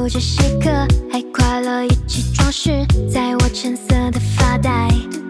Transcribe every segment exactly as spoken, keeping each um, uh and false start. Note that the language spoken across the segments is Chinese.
着稀客，还快乐一起装饰在我橙色的发带。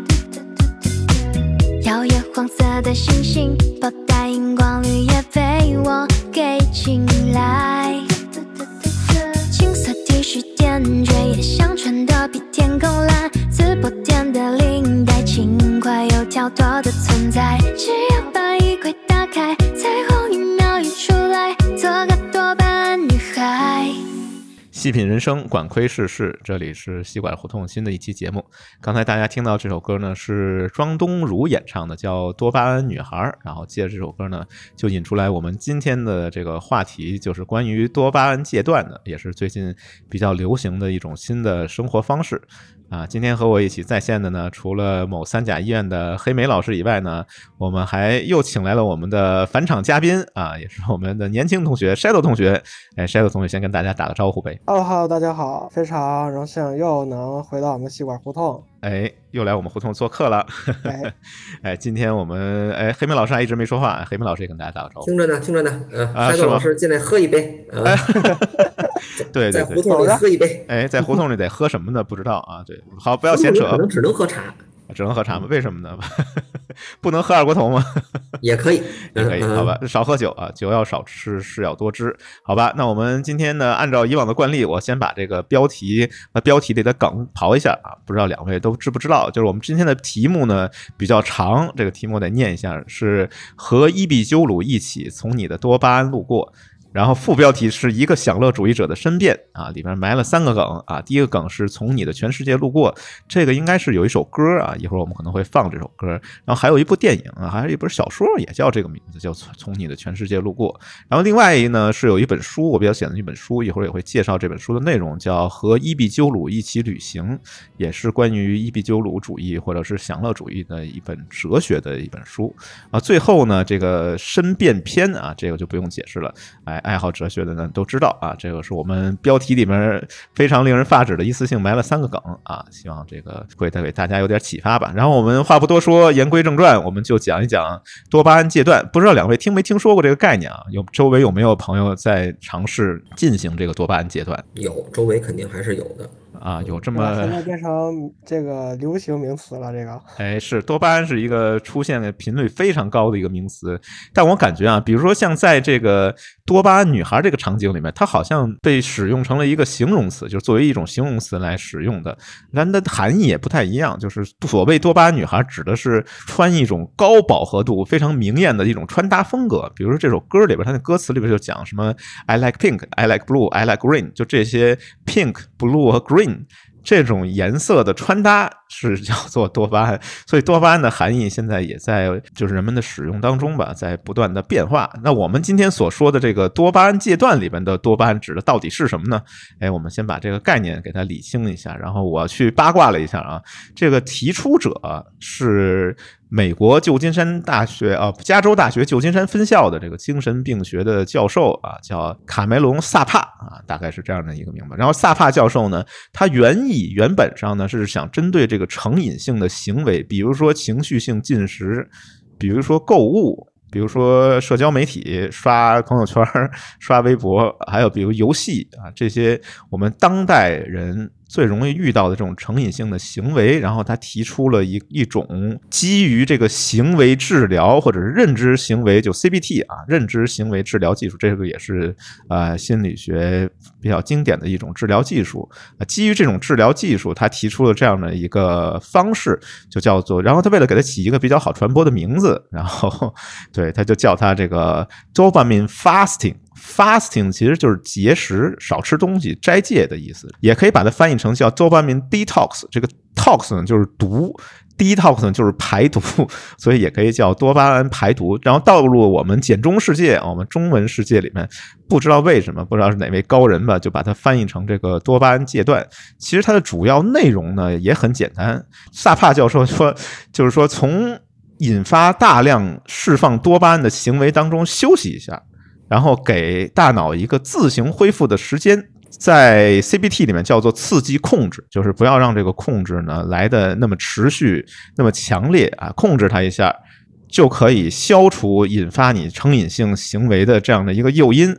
摇曳黄色的星星，包带荧光绿也被我给青睐。青色 T 恤点缀也想穿得比天空蓝，淄博店的领带轻快又跳脱的存在，只要把衣柜打开，彩虹一秒一出来，做个多半女孩。 细品人生，管窥世事，这里是西管胡同新的一期节目。刚才大家听到这首歌呢，是庄东如演唱的，叫《多巴胺女孩》。然后借着这首歌呢，就引出来我们今天的这个话题，就是关于多巴胺戒断的，也是最近比较流行的一种新的生活方式。啊，今天和我一起在线的呢，除了某三甲医院的黑莓老师以外呢，我们还又请来了我们的返场嘉宾啊，也是我们的年轻同学 Shadow 同学。哎 ，Shadow 同学先跟大家打个招呼呗。 Hello Hello， 大家好，非常荣幸又能回到我们西管胡同。 哎，又来我们胡同做客了。哎，哎，今天我们哎，黑莓老师还一直没说话，黑莓老师也跟大家打个招呼。 听着呢，听着呢，呃， 啊， 海东老师进来喝一杯。啊、 对对对， 在胡同里喝一杯。 哎，在胡同里得喝什么呢？不知道啊。对，好，不要闲扯。 可能只能喝茶。 只能喝茶吗？为什么呢？不能喝二锅头吗？ 也可以， 也可以，好吧。少喝酒啊，酒要少吃，事要多知，好吧。那我们今天呢，按照以往的惯例，我先把这个标题和标题里的梗刨一下啊，不知道两位都知不知道？就是我们今天的题目呢比较长，这个题目我得念一下，是和伊壁鸠鲁一起从你的多巴胺路过。然后副标题是一个享乐主义者的申辩啊，里面埋了三个梗啊。第一个梗是从你的全世界路过，这个应该是有一首歌啊，一会儿我们可能会放这首歌。然后还有一部电影啊，还有一本小说也叫这个名字，叫从你的全世界路过。然后另外一呢是有一本书，我比较喜欢的一本书，一会儿也会介绍这本书的内容，叫和伊壁鸠鲁一起旅行，也是关于伊壁鸠鲁主义或者是享乐主义的一本哲学的一本书啊。最后呢这个申辩篇啊，这个就不用解释了，哎。爱好哲学的呢都知道啊，这个是我们标题里面非常令人发指的一次性埋了三个梗啊，希望这个会带给大家有点启发吧。然后我们话不多说，言归正传，我们就讲一讲多巴胺戒断。不知道两位听没听说过这个概念啊？有周围有没有朋友在尝试进行这个多巴胺戒断？ 有，周围肯定还是有的。 啊，有这么现在变成这个流行名词了，这个哎是多巴胺是一个出现的频率非常高的一个名词，但我感觉啊，比如说像在这个多巴胺女孩这个场景里面，它好像被使用成了一个形容词，就是作为一种形容词来使用的，但它的含义也不太一样。就是所谓多巴胺女孩指的是穿一种高饱和度非常明艳的一种穿搭风格，比如说这首歌里边，它的歌词里边就讲什么 I like pink, I like blue, I like green， 就这些 pink、blue 和 green。这种颜色的穿搭是叫做多巴胺，所以多巴胺的含义现在也在就是人们的使用当中吧，在不断的变化。那我们今天所说的这个多巴胺戒断里面的多巴胺指的到底是什么呢？哎，我们先把这个概念给它理清一下，然后我去八卦了一下啊，这个提出者是美国旧金山大学啊，加州大学旧金山分校的这个精神病学的教授啊，叫卡梅隆·萨帕啊，大概是这样的一个名字。然后萨帕教授呢，他原意原本上呢是想针对这个成瘾性的行为，比如说情绪性进食，比如说购物，比如说社交媒体刷朋友圈、刷微博，还有比如游戏啊，这些我们当代人最容易遇到的这种成瘾性的行为，然后他提出了一一种基于这个行为治疗或者是认知行为，就 C B T 啊，认知行为治疗技术，这个也是呃心理学比较经典的一种治疗技术。呃、基于这种治疗技术，他提出了这样的一个方式，就叫做，然后他为了给它起一个比较好传播的名字，然后对他就叫他这个 dopamine fasting。Fasting 其实就是节食，少吃东西，斋戒的意思，也可以把它翻译成叫 dopamine detox。这个 tox 呢就是毒，detox 呢就是排毒，所以也可以叫多巴胺排毒。然后到入我们简中世界，我们中文世界里面，不知道为什么，不知道是哪位高人吧，就把它翻译成这个多巴胺戒断。其实它的主要内容呢也很简单，萨帕教授说，就是说从引发大量释放多巴胺的行为当中休息一下。然后给大脑一个自行恢复的时间，在 C B T 里面叫做刺激控制，就是不要让这个控制呢来的那么持续、那么强烈啊，控制它一下，就可以消除引发你成瘾性行为的这样的一个诱因。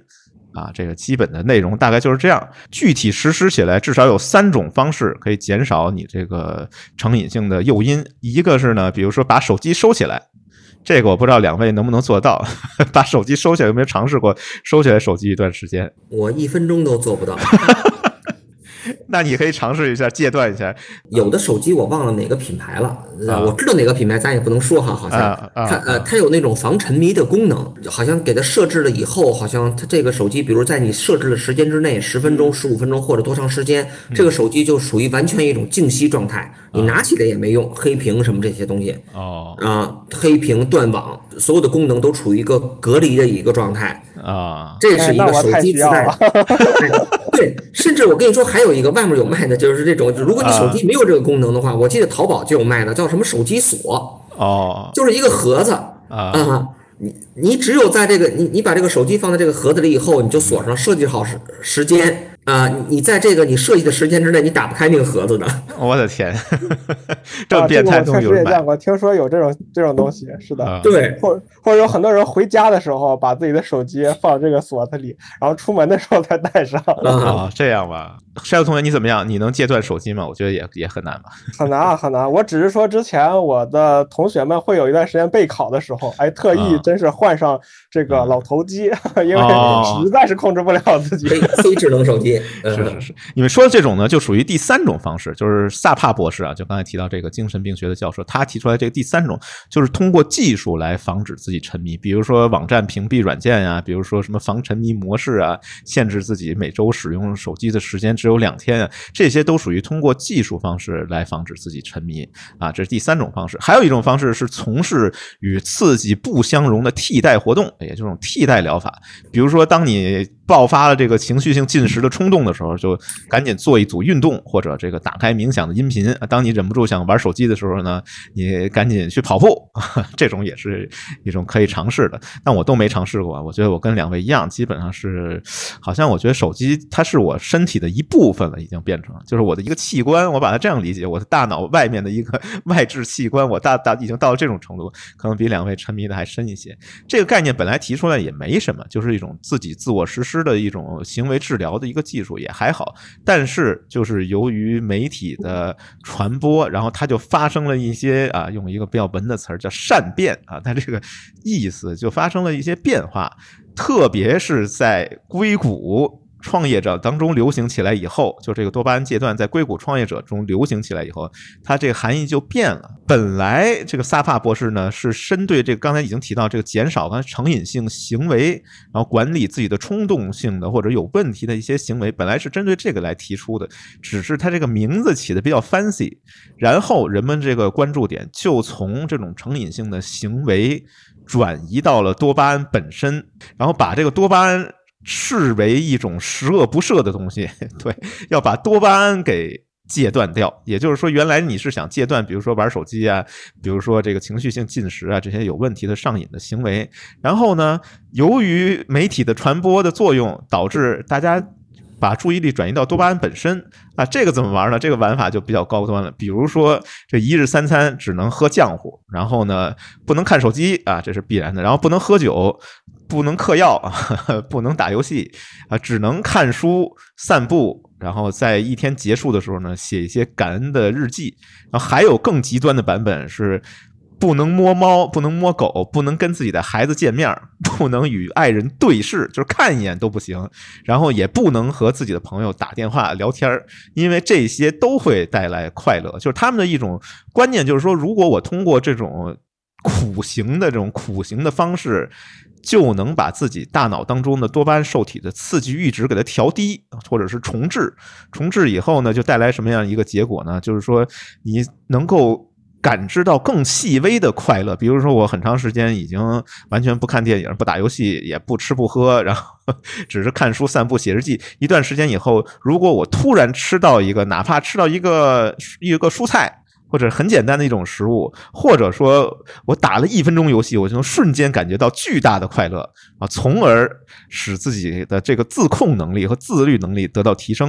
啊，这个基本的内容大概就是这样。具体实施起来，至少有三种方式可以减少你这个成瘾性的诱因。一个是呢，比如说把手机收起来，这个我不知道两位能不能做到。把手机收起来，有没有尝试过收起来手机一段时间？ 我一分钟都做不到。 那你可以尝试一下戒断一下。 有的手机我忘了哪个品牌了， 啊、 我知道哪个品牌，咱也不能说哈，好像、 啊啊、 它呃它有那种防沉迷的功能，好像给它设置了以后，好像它这个手机，比如在你设置的时间之内，十分钟、十五分钟或者多长时间，这个手机就属于完全一种静息状态，你拿起来也没用，黑屏什么这些东西， 哦啊，黑屏断网，所有的功能都处于一个隔离的一个状态啊， 这是一个手机自带的。对，甚至我跟你说，还有一个外面有卖的，就是这种，如果你手机没有这个功能的话，我记得淘宝就有卖的，叫什么手机锁， 哦， 就是一个盒子啊、 嗯，你你只有在这个你你把这个手机放在这个盒子里以后，你就锁上，设计好时时间。啊、呃，你在这个你设计的时间之内，你打不开那个盒子的。 我的天，这么变态东西有人买、 啊这个、我确实也见过，听说有这种这种东西，是的， 啊、 对， 或或者有很多人回家的时候把自己的手机放这个锁子里，然后出门的时候再带上。 啊、哦，这样吧。筛子同学你怎么样？你能戒断手机吗？我觉得也也很难吧。 很难啊，很难。我只是说之前我的同学们会有一段时间备考的时候，哎，特意真是换上这个老头机，啊、因为实在是控制不了自己。 非非智能手机， 是是是。你们说的这种呢，就属于第三种方式，就是萨帕博士啊，就刚才提到这个精神病学的教授，他提出来这个第三种，就是通过技术来防止自己沉迷，比如说网站屏蔽软件呀、啊，比如说什么防沉迷模式啊，限制自己每周使用手机的时间只有两天啊，这些都属于通过技术方式来防止自己沉迷啊，这是第三种方式。还有一种方式是从事与刺激不相容的替代活动，也就是这种替代疗法，比如说当你爆发了这个情绪性进食的冲动的时候，就赶紧做一组运动，或者这个打开冥想的音频。当你忍不住想玩手机的时候呢，你赶紧去跑步，这种也是一种可以尝试的。但我都没尝试过，我觉得我跟两位一样，基本上是好像我觉得手机它是我身体的一部分了，已经变成就是我的一个器官，我把它这样理解，我的大脑外面的一个外置器官，我大大已经到了这种程度，可能比两位沉迷的还深一些。这个概念本来提出来也没什么，就是一种自己自我实施的一种行为治疗的一个技术，也还好。但是就是由于媒体的传播，然后它就发生了一些啊，用一个比较文的词儿叫善变啊，它这个意思就发生了一些变化，特别是在硅谷创业者当中流行起来以后，就这个多巴胺戒断在硅谷创业者中流行起来以后，它这个含义就变了。本来这个萨帕博士呢是针对这个刚才已经提到这个减少刚才成瘾性行为，然后管理自己的冲动性的或者有问题的一些行为，本来是针对这个来提出的，只是它这个名字起的比较 fancy， 然后人们这个关注点就从这种成瘾性的行为转移到了多巴胺本身，然后把这个多巴胺视为一种十恶不赦的东西，对，要把多巴胺给戒断掉。也就是说，原来你是想戒断，比如说玩手机啊，比如说这个情绪性进食啊，这些有问题的上瘾的行为。然后呢，由于媒体的传播的作用，导致大家把注意力转移到多巴胺本身啊，这个怎么玩呢？这个玩法就比较高端了。比如说，这一日三餐只能喝浆糊，然后呢，不能看手机啊，这是必然的。然后不能喝酒，不能嗑药，不能打游戏啊，只能看书、散步。然后在一天结束的时候呢，写一些感恩的日记。然后还有更极端的版本是，不能摸猫，不能摸狗，不能跟自己的孩子见面，不能与爱人对视，就是看一眼都不行，然后也不能和自己的朋友打电话聊天，因为这些都会带来快乐。就是他们的一种观念，就是说，如果我通过这种苦行的这种苦行的方式，就能把自己大脑当中的多巴胺受体的刺激阈值给它调低，或者是重置。重置以后呢，就带来什么样一个结果呢？就是说你能够感知到更细微的快乐。比如说我很长时间已经完全不看电影，不打游戏，也不吃不喝，然后只是看书、散步、写日记。一段时间以后，如果我突然吃到一个，哪怕吃到一个一个蔬菜，或者很简单的一种食物，或者说我打了一分钟游戏，我就能瞬间感觉到巨大的快乐啊，从而使自己的这个自控能力和自律能力得到提升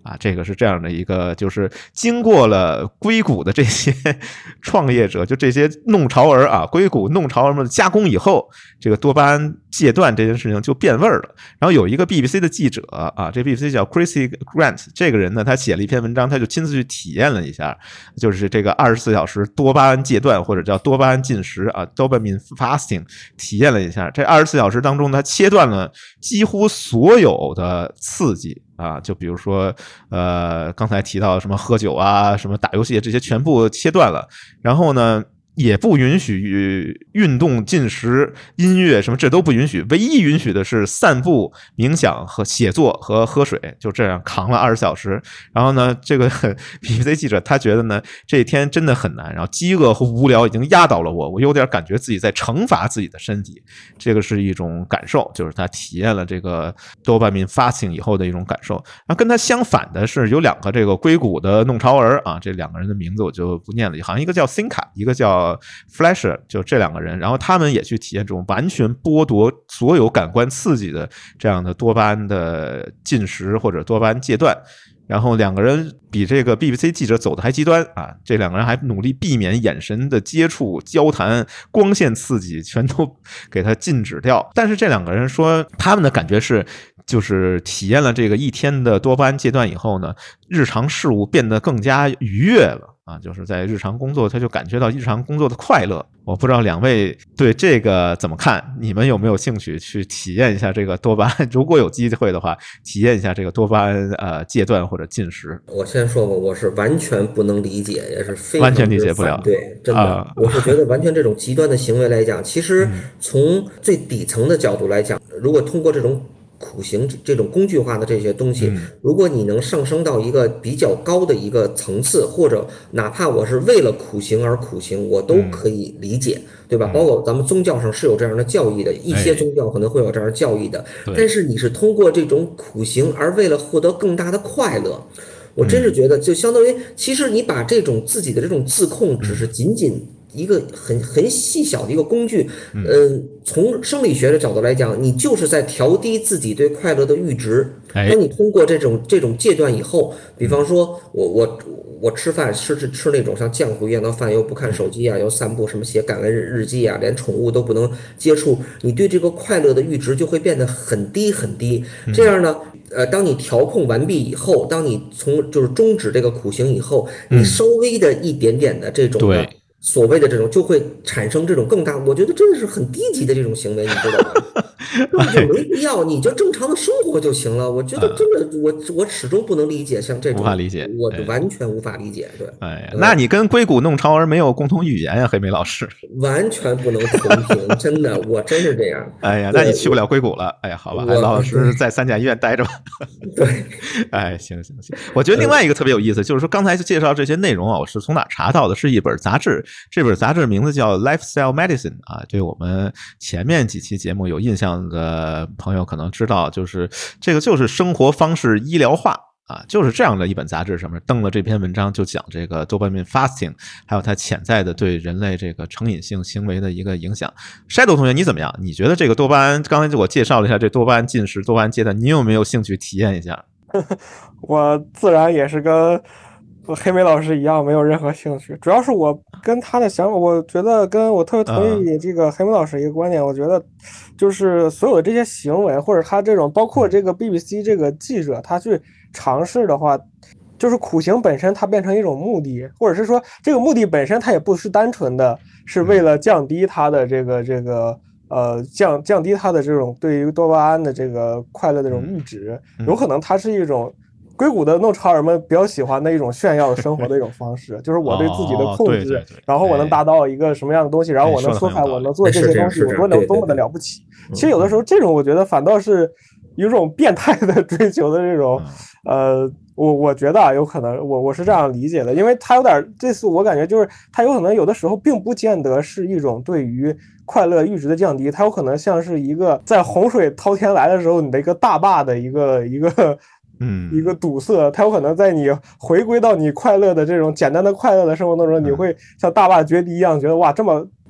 啊，这个是这样的一个，就是经过了硅谷的这些创业者，就这些弄潮儿啊，硅谷弄潮儿们加工以后，这个多巴胺戒断这件事情就变味儿了。然后有一个 B B C 的记者啊，这 B B C 叫 Chrissy Grant， 这个人呢，他写了一篇文章，他就亲自去体验了一下，就是这个二十四小时多巴胺戒断或者叫多巴胺禁食啊 ，dopamine fasting， 体验了一下。这二十四小时当中，他切断了几乎所有的刺激。啊，就比如说，呃，刚才提到什么喝酒啊，什么打游戏，这些全部切断了。然后呢，也不允许运动、进食、音乐什么，这都不允许。唯一允许的是散步、冥想和写作和喝水，就这样扛了二十小时。然后呢，这个 B B C 记者他觉得呢，这一天真的很难。然后饥饿和无聊已经压倒了我，我有点感觉自己在惩罚自己的身体。这个是一种感受，就是他体验了这个 dopamine fasting 以后的一种感受。然后跟他相反的是，有两个这个硅谷的弄潮儿啊，这两个人的名字我就不念了，好像一个叫 Cinca， 一个叫Fleischer， 就这两个人，然后他们也去体验这种完全剥夺所有感官刺激的这样的多巴胺的禁食或者多巴胺戒断。然后两个人比这个 B B C 记者走的还极端啊！这两个人还努力避免眼神的接触、交谈、光线刺激，全都给他禁止掉。但是这两个人说，他们的感觉是，就是体验了这个一天的多巴胺戒断以后呢，日常事物变得更加愉悦了。啊，就是在日常工作，他就感觉到日常工作的快乐。我不知道两位对这个怎么看？你们有没有兴趣去体验一下这个多巴胺？如果有机会的话，体验一下这个多巴胺呃戒断或者禁食。 我先说过，我是完全不能理解，也是非常完全理解不了。 对，真的， 啊、 我是觉得完全这种极端的行为来讲，其实从最底层的角度来讲，如果通过这种苦行这种工具化的这些东西，如果你能上升到一个比较高的一个层次，或者哪怕我是为了苦行而苦行，我都可以理解，对吧？包括咱们宗教上是有这样的教义的，一些宗教可能会有这样的教义的，但是你是通过这种苦行而为了获得更大的快乐，我真是觉得就相当于，其实你把这种自己的这种自控，只是仅仅一个很很细小的一个工具，嗯、呃，从生理学的角度来讲，你就是在调低自己对快乐的阈值。当你通过这种这种戒断以后，比方说我我我吃饭吃吃吃那种像浆糊一样的饭，又不看手机啊，又散步，什么写感恩日记啊，连宠物都不能接触，你对这个快乐的阈值就会变得很低很低。这样呢，呃，当你调控完毕以后，当你从就是终止这个苦行以后，你稍微的一点点的这种的。所谓的这种就会产生这种更大，我觉得真的是很低级的这种行为，你知道吗？根本就没必要，你就正常的生活就行了。我觉得真的，我我始终不能理解像这种， 无法理解， 我完全无法理解。对， 哎呀，那你跟硅谷弄潮儿没有共同语言呀，黑莓老师？ 完全不能同频，真的，我真是这样。 哎呀，那你去不了硅谷了。哎呀，好吧，老老师在三甲医院待着吧。 对， 哎，行行行，我觉得另外一个特别有意思，就是说刚才就介绍这些内容啊，我是从哪查到的？是一本杂志。这本杂志名字叫 Lifestyle Medicine 啊，这我们前面几期节目有印象的朋友可能知道，就是这个就是生活方式医疗化啊，就是这样的一本杂志上面登了这篇文章，就讲这个 dopamine fasting， 还有它潜在的对人类这个成瘾性行为的一个影响。Shadow 同学你怎么样？你觉得这个多巴胺，刚才我介绍了一下这多巴胺禁食、多巴胺戒断，你有没有兴趣体验一下？ 我自然也是跟黑莓老师一样，没有任何兴趣。主要是我跟他的想法，我觉得跟我特别同意这个黑莓老师一个观点。我觉得就是所有的这些行为，或者他这种，包括这个 B B C 这个记者他去尝试的话，就是苦行本身它变成一种目的，或者是说这个目的本身它也不是单纯的是为了降低他的这个这个呃降降低他的这种对于多巴胺的这个快乐的这种阈值，有可能它是一种。硅谷的弄潮儿们比较喜欢的一种炫耀生活的一种方式，就是我对自己的控制， 哦、对对对然后我能达到一个什么样的东西， 哎、 然后我能说出来，我能做这些东西，我多能多么的了不起。其实有的时候这种我觉得反倒是有种变态的追求的这种，呃，我我觉得啊，有可能我我是这样理解的，因为它有点这次我感觉就是它有可能有的时候并不见得是一种对于快乐阈值的降低，它有可能像是一个在洪水滔天来的时候你的一个大坝的一个一个。 嗯， 一个堵塞，它有可能在你回归到你快乐的这种简单的快乐的生活当中，你会像大坝决堤一样，觉得哇，这么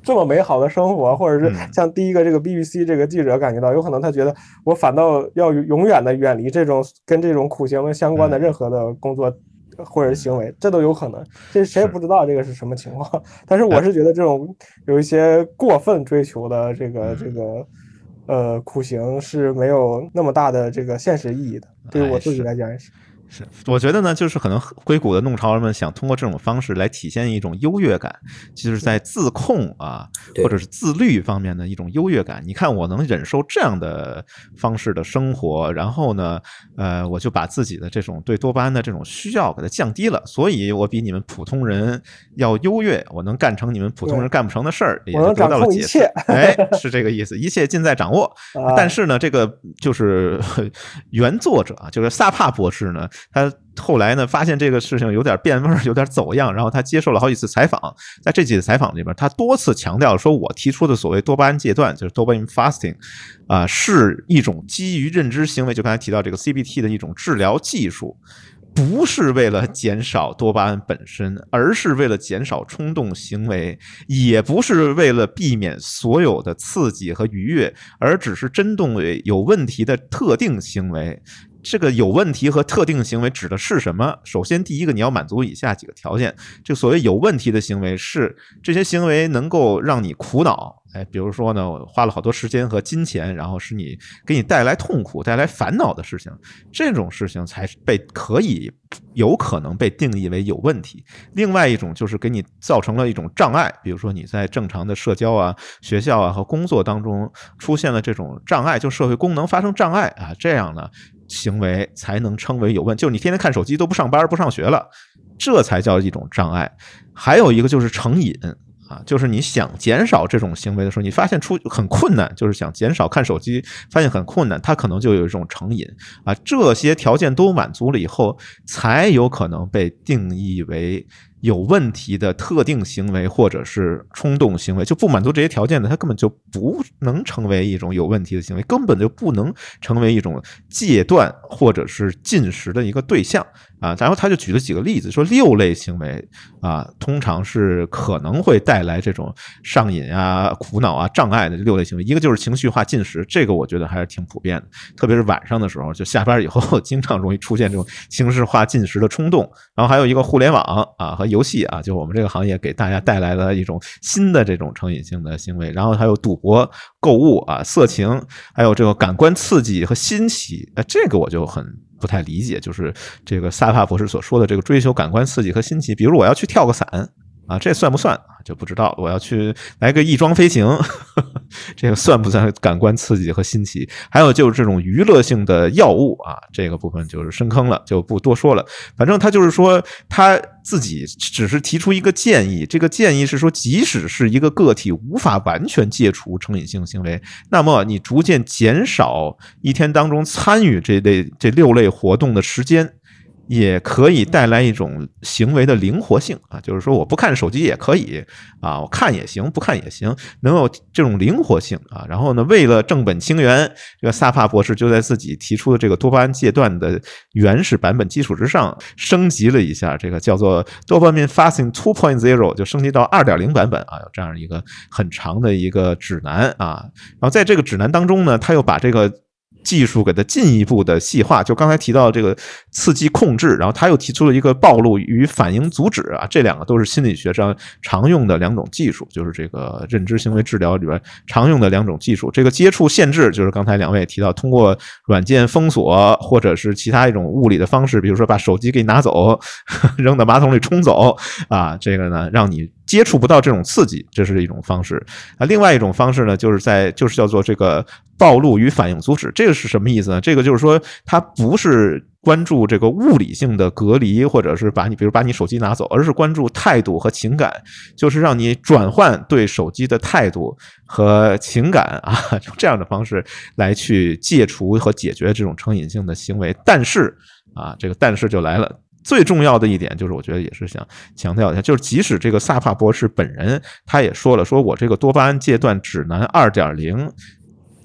这么美好的生活，或者是像第一个这个 B B C 这个记者感觉到，有可能他觉得我反倒要永远的远离这种跟这种苦行相关的任何的工作或者行为，这都有可能，这谁也不知道这个是什么情况。但是我是觉得这种有一些过分追求的这个这个呃苦行是没有那么大的这个现实意义的，对于我自己来讲也是。 是，我觉得呢，就是可能硅谷的弄潮儿们想通过这种方式来体现一种优越感，就是在自控啊，或者是自律方面的一种优越感。你看，我能忍受这样的方式的生活，然后呢，呃，我就把自己的这种对多巴胺的这种需要给它降低了，所以我比你们普通人要优越，我能干成你们普通人干不成的事儿，也就得到了解释。哎，是这个意思，一切尽在掌握。但是呢，这个就是原作者啊，就是萨帕博士呢。他后来呢，发现这个事情有点变味儿，有点走样，然后他接受了好几次采访，在这几次采访里边，他多次强调说，我提出的所谓多巴胺戒断，就是 dopamine fasting， 啊、呃，是一种基于认知行为，就刚才提到这个 C B T 的一种治疗技术。不是为了减少多巴胺本身，而是为了减少冲动行为，也不是为了避免所有的刺激和愉悦，而只是针对有问题的特定行为。这个有问题和特定行为指的是什么？首先，第一个，你要满足以下几个条件。这所谓有问题的行为是这些行为能够让你苦恼，哎，比如说呢，我花了好多时间和金钱，然后使你给你带来痛苦、带来烦恼的事情，这种事情才被可以有可能被定义为有问题。另外一种就是给你造成了一种障碍，比如说你在正常的社交啊、学校啊和工作当中出现了这种障碍，就社会功能发生障碍啊，这样呢。行为才能称为有问，就是你天天看手机都不上班不上学了，这才叫一种障碍。还有一个就是成瘾啊，就是你想减少这种行为的时候，你发现出很困难，就是想减少看手机，发现很困难，它可能就有一种成瘾啊。这些条件都满足了以后，才有可能被定义为有问题的特定行为或者是冲动行为。就不满足这些条件的，它根本就不能成为一种有问题的行为，根本就不能成为一种戒断或者是禁食的一个对象啊。然后他就举了几个例子，说六类行为啊，通常是可能会带来这种上瘾啊、苦恼啊、障碍的六类行为。一个就是情绪化进食，这个我觉得还是挺普遍的，特别是晚上的时候，就下班以后经常容易出现这种情绪化进食的冲动。然后还有一个互联网啊和游戏啊，就我们这个行业给大家带来了一种新的这种成瘾性的行为。然后还有赌博、购物啊、色情，还有这个感官刺激和新奇，呃，这个我就很不太理解，就是这个萨帕博士所说的这个追求感官刺激和新奇，比如我要去跳个伞啊，这算不算就不知道。我要去来个翼装飞行，呵呵，这个算不算感官刺激和新奇？还有就是这种娱乐性的药物啊，这个部分就是深坑了，就不多说了。反正他就是说他自己只是提出一个建议，这个建议是说，即使是一个个体无法完全戒除成瘾性行为，那么你逐渐减少一天当中参与这类这六类活动的时间，也可以带来一种行为的灵活性啊，就是说我不看手机也可以啊，我看也行，不看也行，能有这种灵活性啊。然后呢，为了正本清源，这个萨帕博士就在自己提出的这个多巴胺戒断的原始版本基础之上，升级了一下，这个叫做 Dopamine Fasting 二点零， 就升级到 二点零 版本啊，有这样一个很长的一个指南啊。然后在这个指南当中呢，他又把这个技术给它进一步的细化，就刚才提到这个刺激控制，然后他又提出了一个暴露与反应阻止啊，这两个都是心理学上常用的两种技术，就是这个认知行为治疗里边常用的两种技术。这个接触限制就是刚才两位提到，通过软件封锁或者是其他一种物理的方式，比如说把手机给拿走，扔到马桶里冲走啊，这个呢让你接触不到这种刺激，这是一种方式啊。另外一种方式呢，就是在就是叫做这个暴露与反应阻止。这个是什么意思呢？这个就是说，它不是关注这个物理性的隔离，或者是把你比如把你手机拿走，而是关注态度和情感，就是让你转换对手机的态度和情感啊，用这样的方式来去戒除和解决这种成瘾性的行为。但是啊，这个但是就来了。最重要的一点就是，我觉得也是想强调一下，就是即使这个萨帕博士本人他也说了，说我这个多巴胺戒断指南 二点零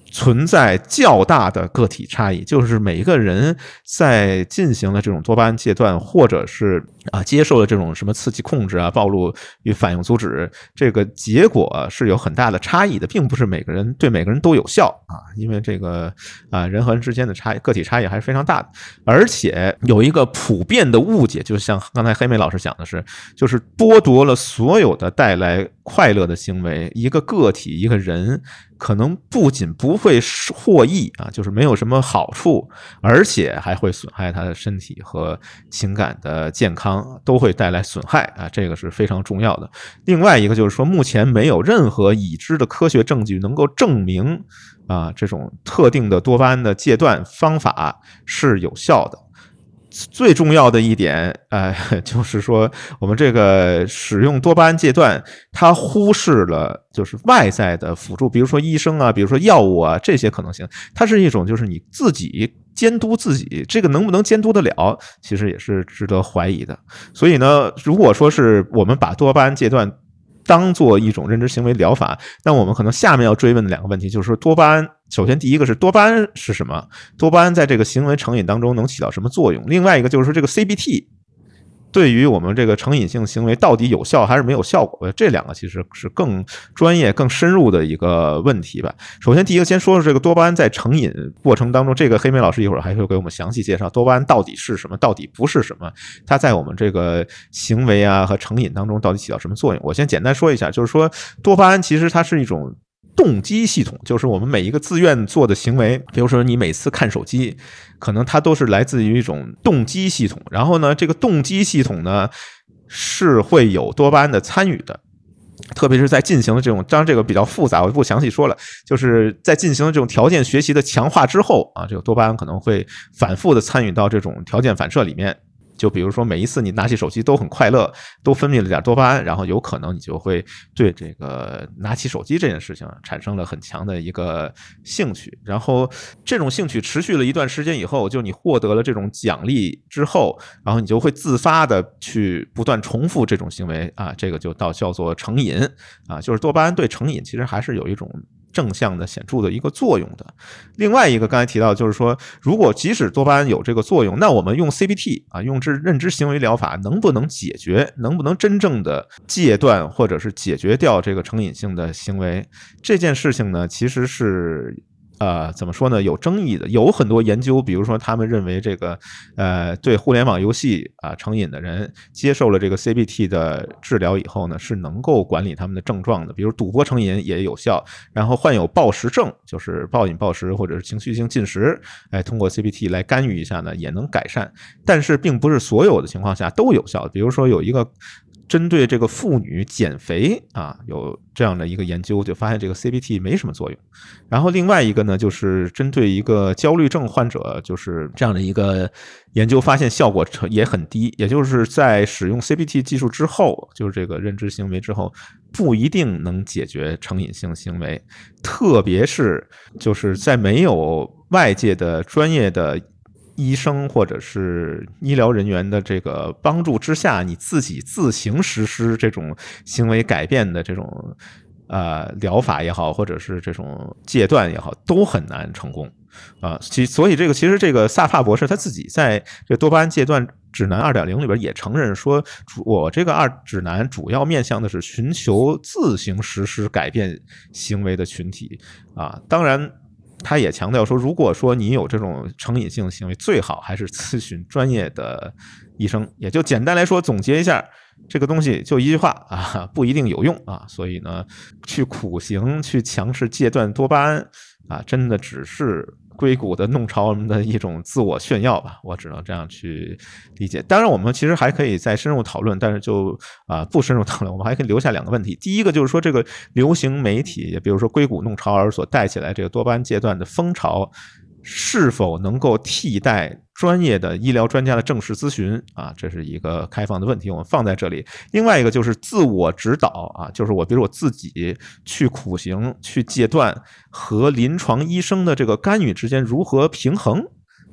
存在较大的个体差异，就是每一个人在进行了这种多巴胺戒断，或者是啊接受了这种什么刺激控制啊、暴露与反应阻止，这个结果是有很大的差异的，并不是每个人对每个人都有效啊，因为这个啊人和人之间的差异、个体差异还是非常大的，而且有一个普遍的误解，就像刚才黑莓老师讲的是，就是剥夺了所有的带来快乐的行为，一个个体、一个人。可能不仅不会获益啊，就是没有什么好处，而且还会损害他的身体和情感的健康，都会带来损害啊，这个是非常重要的。另外一个就是说，目前没有任何已知的科学证据能够证明啊，这种特定的多巴胺的戒断方法是有效的。最重要的一点，呃，就是说我们这个使用多巴胺戒断，它忽视了就是外在的辅助，比如说医生啊，比如说药物啊，这些可能性，它是一种就是你自己监督自己，这个能不能监督得了，其实也是值得怀疑的。所以呢，如果说是我们把多巴胺戒断当做一种认知行为疗法，那我们可能下面要追问的两个问题就是说，多巴胺首先第一个是多巴胺是什么？多巴胺在这个行为成瘾当中能起到什么作用？另外一个就是说这个 C B T 对于我们这个成瘾性行为到底有效还是没有效果？这两个其实是更专业、更深入的一个问题吧。首先第一个先说说这个多巴胺在成瘾过程当中，这个黑莓老师一会儿还会给我们详细介绍多巴胺到底是什么，到底不是什么，它在我们这个行为啊和成瘾当中到底起到什么作用。我先简单说一下，就是说多巴胺其实它是一种动机系统，就是我们每一个自愿做的行为，比如说你每次看手机，可能它都是来自于一种动机系统，然后呢这个动机系统呢是会有多巴胺的参与的，特别是在进行了这种，当然这个比较复杂，我不详细说了，就是在进行了这种条件学习的强化之后啊，这个多巴胺可能会反复的参与到这种条件反射里面。就比如说每一次你拿起手机都很快乐，都分泌了点多巴胺，然后有可能你就会对这个拿起手机这件事情产生了很强的一个兴趣，然后这种兴趣持续了一段时间以后，就你获得了这种奖励之后，然后你就会自发的去不断重复这种行为啊，这个就到叫做成瘾啊，就是多巴胺对成瘾其实还是有一种正向的显著的一个作用的。另外一个刚才提到就是说，如果即使多巴胺有这个作用，那我们用 C B T 啊，用这认知行为疗法能不能解决，能不能真正的戒断或者是解决掉这个成瘾性的行为，这件事情呢其实是呃，怎么说呢？有争议的，有很多研究，比如说他们认为这个，呃，对互联网游戏啊成瘾的人接受了这个 C B T 的治疗以后呢，是能够管理他们的症状的，比如赌博成瘾也有效，然后患有暴食症，就是暴饮暴食或者是情绪性进食，哎，通过 C B T 来干预一下呢，也能改善，但是并不是所有的情况下都有效的，比如说有一个。针对这个妇女减肥啊，有这样的一个研究，就发现这个 C B T 没什么作用。然后另外一个呢，就是针对一个焦虑症患者，就是这样的一个研究发现效果也很低，也就是在使用 C B T 技术之后，就是这个认知行为之后，不一定能解决成瘾性行为，特别是就是在没有外界的专业的医生或者是医疗人员的这个帮助之下，你自己自行实施这种行为改变的这种呃疗法也好，或者是这种戒断也好，都很难成功啊。其所以这个其实这个萨帕博士他自己在这多巴胺戒断指南 二点零 里边也承认说，我这个二指南主要面向的是寻求自行实施改变行为的群体啊。当然他也强调说，如果说你有这种成瘾性行为，最好还是咨询专业的医生。也就简单来说，总结一下，这个东西就一句话啊，不一定有用啊。所以呢，去苦行、去强势戒断多巴胺啊，真的只是硅谷的弄潮儿们的一种自我炫耀吧，我只能这样去理解。当然我们其实还可以再深入讨论，但是就啊、呃、不深入讨论，我们还可以留下两个问题。第一个就是说，这个流行媒体，也比如说硅谷弄潮儿所带起来这个多巴胺戒断的风潮，是否能够替代专业的医疗专家的正式咨询啊？这是一个开放的问题，我们放在这里。另外一个就是自我指导啊，就是我比如我自己去苦行、去戒断和临床医生的这个干预之间如何平衡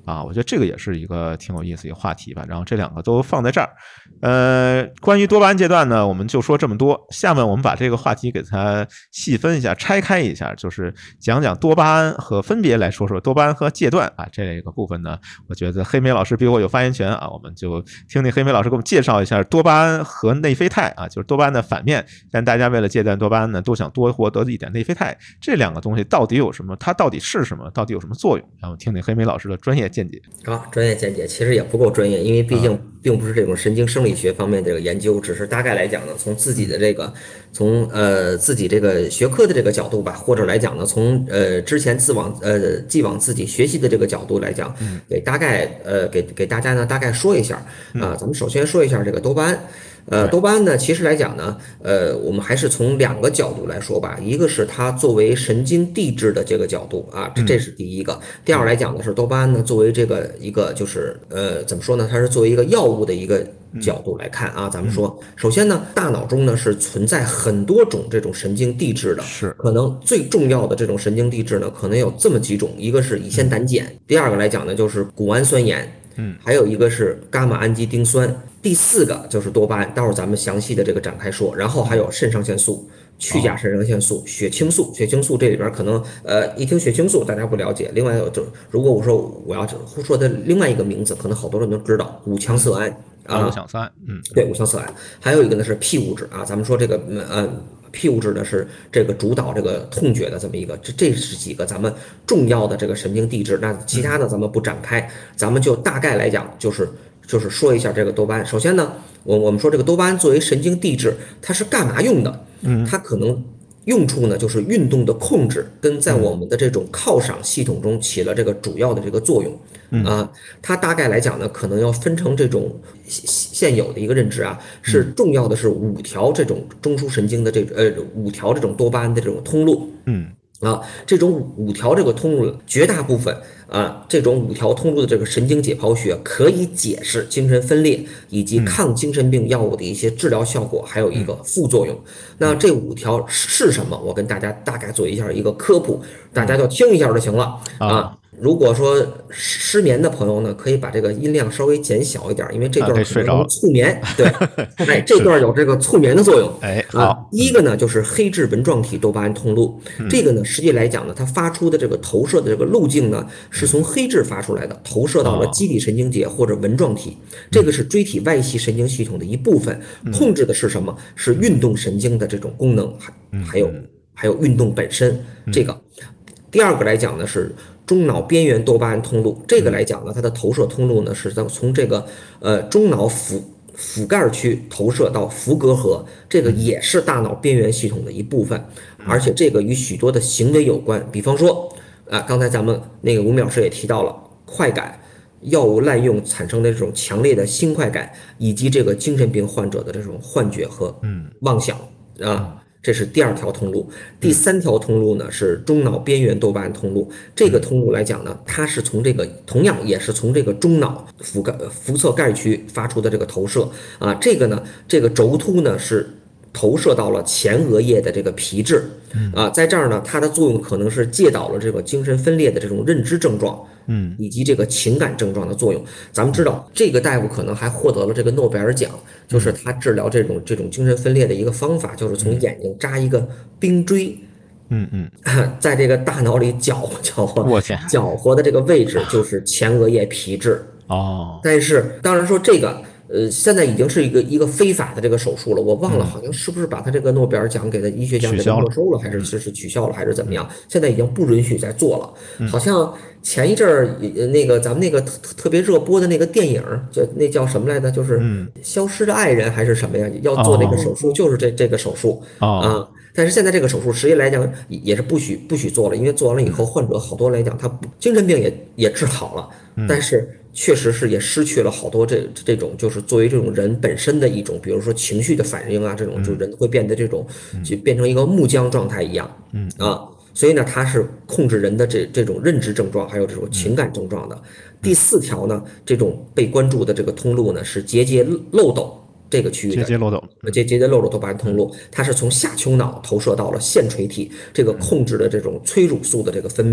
啊，我觉得这个也是一个挺有意思的一个话题吧。然后这两个都放在这儿。呃，关于多巴胺阶段呢，我们就说这么多。下面我们把这个话题给它细分一下，拆开一下，就是讲讲多巴胺和分别来说说多巴胺和戒断啊这个部分呢。我觉得黑莓老师比我有发言权啊，我们就听听黑莓老师给我们介绍一下多巴胺和内啡肽啊，就是多巴胺的反面。但大家为了戒断多巴胺呢，都想多获得一点内啡肽，这两个东西到底有什么？它到底是什么？到底有什么作用？然后听听黑莓老师的专业见解。 好，专业见解其实也不够专业，因为毕竟并不是这种神经生理学方面这个研究，只是大概来讲呢，从自己的这个从呃自己这个学科的这个角度吧，或者来讲呢，从呃之前自往呃既往自己学习的这个角度来讲，给大概呃给给大家呢大概说一下啊，咱们首先说一下这个多巴胺。呃，多巴胺呢，其实来讲呢，呃，我们还是从两个角度来说吧。一个是它作为神经递质的这个角度啊，这这是第一个。第二来讲呢，是多巴胺呢作为这个一个就是呃怎么说呢？它是作为一个药物的一个角度来看啊。咱们说，首先呢，大脑中呢是存在很多种这种神经递质的， 是可能最重要的这种神经递质呢，可能有这么几种，一个是乙酰胆碱，第二个来讲呢就是谷氨酸盐。嗯，还有一个是伽马氨基丁酸，第四个就是多巴胺，待会儿咱们详细的这个展开说。然后还有肾上腺素、去甲肾上腺素、血清素。血清素这里边可能呃一听血清素大家不了解，另外就如果我说我要说的另外一个名字，可能好多人都知道五羟色胺啊， 五羟色胺，嗯， 对，五羟色胺。还有一个呢是 P 物质啊，咱们说这个呃。P 物质呢是这个主导这个痛觉的这么一个，这这是几个咱们重要的这个神经递质。那其他的咱们不展开，咱们就大概来讲，就是就是说一下这个多巴胺。首先呢，我我们说这个多巴胺作为神经递质，它是干嘛用的？嗯，它可能用处呢就是运动的控制，跟在我们的这种犒赏系统中起了这个主要的这个作用。啊，它大概来讲呢，可能要分成这种现有的一个认知啊，是重要的是五条这种中枢神经的这呃五条这种多巴胺的这种通路。嗯。啊，这种五条这个通路，绝大部分啊，这种五条通路的这个神经解剖学可以解释精神分裂以及抗精神病药物的一些治疗效果，还有一个副作用。那这五条是什么？我跟大家大概做一下一个科普，大家就听一下就行了啊。如果说失眠的朋友呢，可以把这个音量稍微减小一点，因为这段可能促眠。对，哎，这段有这个促眠的作用。 哎， 啊，第一个呢就是黑质纹状体多巴胺通路，这个呢实际来讲呢，它发出的这个投射的这个路径呢，是从黑质发出来的，投射到了基底神经节或者纹状体，这个是椎体外系神经系统的一部分，控制的是什么？是运动神经的这种功能，还还有还有运动本身。这个第二个来讲呢是中脑边缘多巴胺通路，这个来讲呢，它的投射通路呢是从这个呃中脑腹腹盖区投射到伏隔核，这个也是大脑边缘系统的一部分，而且这个与许多的行为有关，比方说啊，刚才咱们那个吴淼老师也提到了快感、药物滥用产生的这种强烈的新快感，以及这个精神病患者的这种幻觉和妄想啊。这是第二条通路，第三条通路呢是中脑边缘多巴胺通路。这个通路来讲呢，它是从这个同样也是从这个中脑腹盖腹侧盖区发出的这个投射啊。这个呢，这个轴突呢是投射到了前额叶的这个皮质啊，在这儿呢，它的作用可能是介导了这个精神分裂的这种认知症状，嗯，以及这个情感症状的作用。咱们知道，这个大夫可能还获得了这个诺贝尔奖，就是他治疗这种这种精神分裂的一个方法，就是从眼睛扎一个冰锥。嗯嗯，在这个大脑里搅和搅和， 我天， 搅和的这个位置就是前额叶皮质哦。 但是当然说这个。呃，现在已经是一个一个非法的这个手术了，我忘了，好像是不是把他这个诺贝尔奖给他医学奖给他没收了，还是是是取消了，还是怎么样？现在已经不允许再做了。好像前一阵儿那个咱们那个特特别热播的那个电影，叫那叫什么来着？就是《消失的爱人》还是什么呀？要做那个手术，就是这这个手术啊。但是现在这个手术实际来讲也是不许不许做了，因为做完了以后，患者好多来讲他精神病也也治好了，但是。确实是也失去了好多这这种就是作为这种人本身的一种，比如说情绪的反应啊，这种就人会变得这种就变成一个木僵状态一样，嗯啊，所以呢，它是控制人的这这种认知症状，还有这种情感症状的。第四条呢，这种被关注的这个通路呢是结节漏斗这个区域的结节漏斗， 结结节漏斗多巴胺通路，它是从下丘脑投射到了线垂体，这个控制的这种催乳素的这个分泌。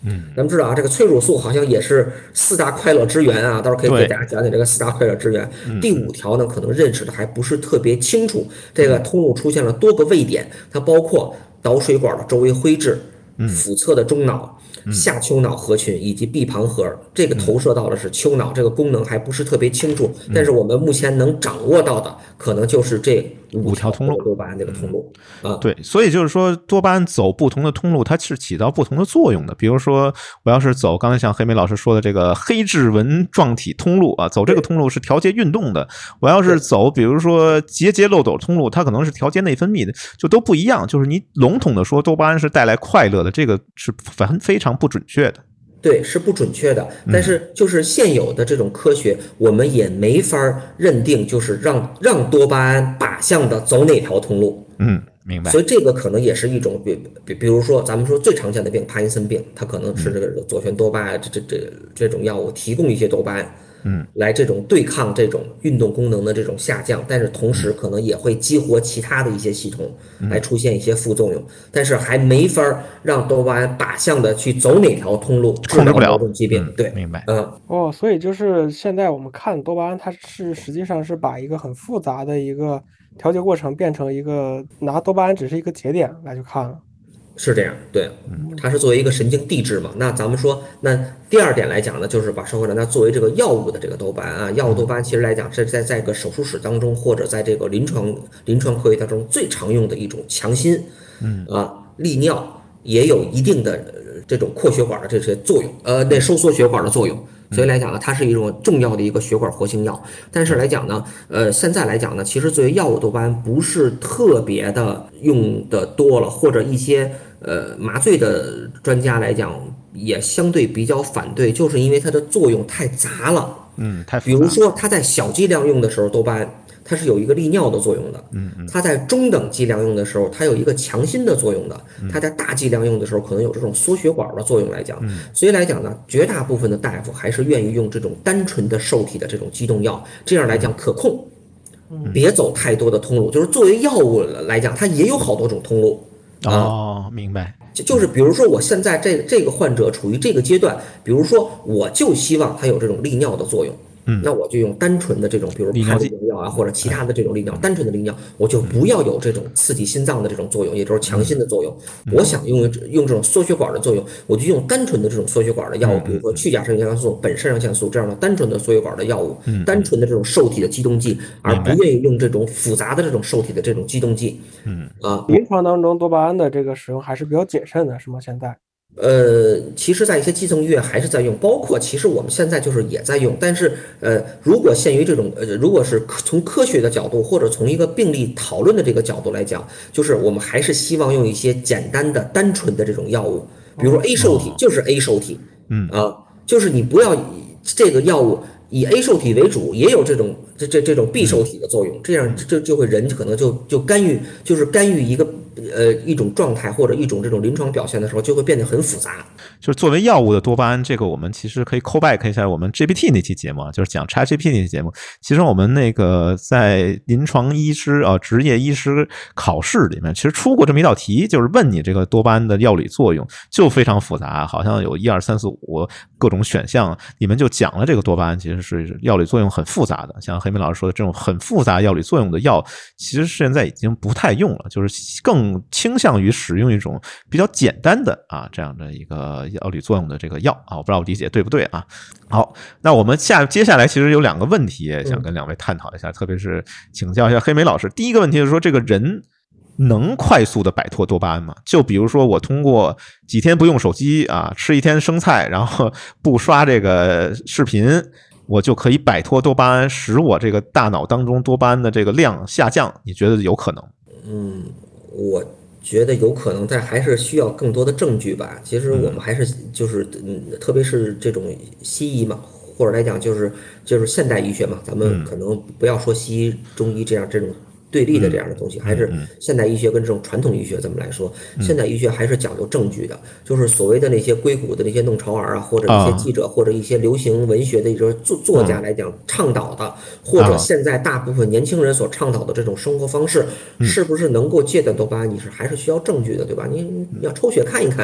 嗯， 咱们知道啊，这个催乳素好像也是四大快乐之源啊，到时候可以给大家讲讲这个四大快乐之源。第五条呢，可能认识的还不是特别清楚。这个通路出现了多个位点，它包括导水管的周围灰质、腹侧的中脑、下丘脑合群以及臂旁核，这个投射到的是丘脑，这个功能还不是特别清楚。但是我们目前能掌握到的，可能就是这五条通路， 多巴胺这个通路啊。 对，所以就是说，多巴胺走不同的通路，它是起到不同的作用的。比如说，我要是走刚才像黑莓老师说的这个黑质纹状体通路啊，走这个通路是调节运动的；我要是走，比如说结节漏斗通路，它可能是调节内分泌的，就都不一样。就是你笼统的说多巴胺是带来快乐的，这个是非非常不准确的。 对，是不准确的。但是就是现有的这种科学，我们也没法认定，就是让让多巴胺靶向的走哪条通路。 嗯，明白。 所以这个可能也是一种，比比比如说咱们说最常见的病，帕金森病，它可能是这个左旋多巴胺这这这这种药物提供一些多巴胺。嗯，来这种对抗这种运动功能的这种下降，但是同时可能也会激活其他的一些系统，来出现一些副作用，但是还没法让多巴胺靶向的去走哪条通路治疗某种疾病。 嗯、 对， 明白。 嗯， 哦，所以就是现在我们看多巴胺，它是实际上是把一个很复杂的一个调节过程变成一个拿多巴胺只是一个节点来去看了。 是这样，对，它是作为一个神经递质嘛。那咱们说，那第二点来讲呢，就是把说回来，那作为这个药物的这个多巴胺啊，药物多巴胺其实来讲是在在一个手术室当中，或者在这个临床临床科学当中最常用的一种强心，嗯啊，利尿也有一定的这种扩血管的这些作用，呃，那收缩血管的作用。所以来讲呢，它是一种重要的一个血管活性药。但是来讲呢，呃，现在来讲呢，其实作为药物多巴胺不是特别的用的多了，或者一些呃麻醉的专家来讲也相对比较反对，就是因为它的作用太杂了。 嗯，太复杂。 比如说它在小剂量用的时候，多巴胺它是有一个利尿的作用的，嗯，它在中等剂量用的时候，它有一个强心的作用的，它在大剂量用的时候，可能有这种缩血管的作用来讲，所以来讲呢，绝大部分的大夫还是愿意用这种单纯的受体的这种激动药，这样来讲可控，别走太多的通路。就是作为药物来讲，它也有好多种通路。 哦，明白。 就就是比如说，我现在这这个患者处于这个阶段，比如说，我就希望它有这种利尿的作用。嗯，那我就用单纯的这种，比如帕利尿啊，或者其他的这种利尿，单纯的利尿，我就不要有这种刺激心脏的这种作用，也就是强心的作用。我想用用这种缩血管的作用，我就用单纯的这种缩血管的药物，比如说去甲肾上腺素、苯肾上腺素这样的单纯的缩血管的药物，单纯的这种受体的激动剂，而不愿意用这种复杂的这种受体的这种激动剂。嗯啊， 临床当中多巴胺的这个使用还是比较谨慎的，是吗？现在？ 呃，其实，在一些基层医院还是在用，包括其实我们现在就是也在用。但是，呃，如果限于这种，呃，如果是从科学的角度，或者从一个病例讨论的这个角度来讲，就是我们还是希望用一些简单的、单纯的这种药物，比如说 A 受体就是 A 受体，嗯啊，就是你不要以这个药物以 A 受体为主，也有这种这这这种 B 受体的作用，这样这就会人可能就就干预，就是干预一个。呃，一种状态或者一种这种临床表现的时候，就会变得很复杂。 就是作为药物的多巴胺，这个我们其实可以 call back 一下我们 G P T 那期节目，就是讲 ChatGPT 那期节目。其实我们那个在临床医师啊、职业医师考试里面，其实出过这么一道题，就是问你这个多巴胺的药理作用，就非常复杂，好像有一二三四五各种选项，里面就讲了这个多巴胺其实是药理作用很复杂的。像黑莓老师说的，这种很复杂药理作用的药，其实现在已经不太用了，就是更更倾向于使用一种比较简单的啊这样的一个药理作用的这个药啊，我不知道我理解对不对啊？好，那我们下接下来其实有两个问题想跟两位探讨一下，特别是请教一下黑莓老师。第一个问题是说，这个人能快速的摆脱多巴胺吗？就比如说我通过几天不用手机啊，吃一天生菜，然后不刷这个视频，我就可以摆脱多巴胺，使我这个大脑当中多巴胺的这个量下降，你觉得有可能？ 嗯，我觉得有可能，但还是需要更多的证据吧。其实我们还是就是嗯，特别是这种西医嘛，或者来讲就是就是现代医学嘛，咱们可能不要说西医、中医这样这种对立的这样的东西，还是现代医学跟这种传统医学怎么来说？现代医学还是讲究证据的，就是所谓的那些硅谷的那些弄潮儿啊，或者一些记者或者一些流行文学的一种作作家来讲倡导的，或者现在大部分年轻人所倡导的这种生活方式，是不是能够戒断多巴胺？你是还是需要证据的，对吧？你你要抽血看一看。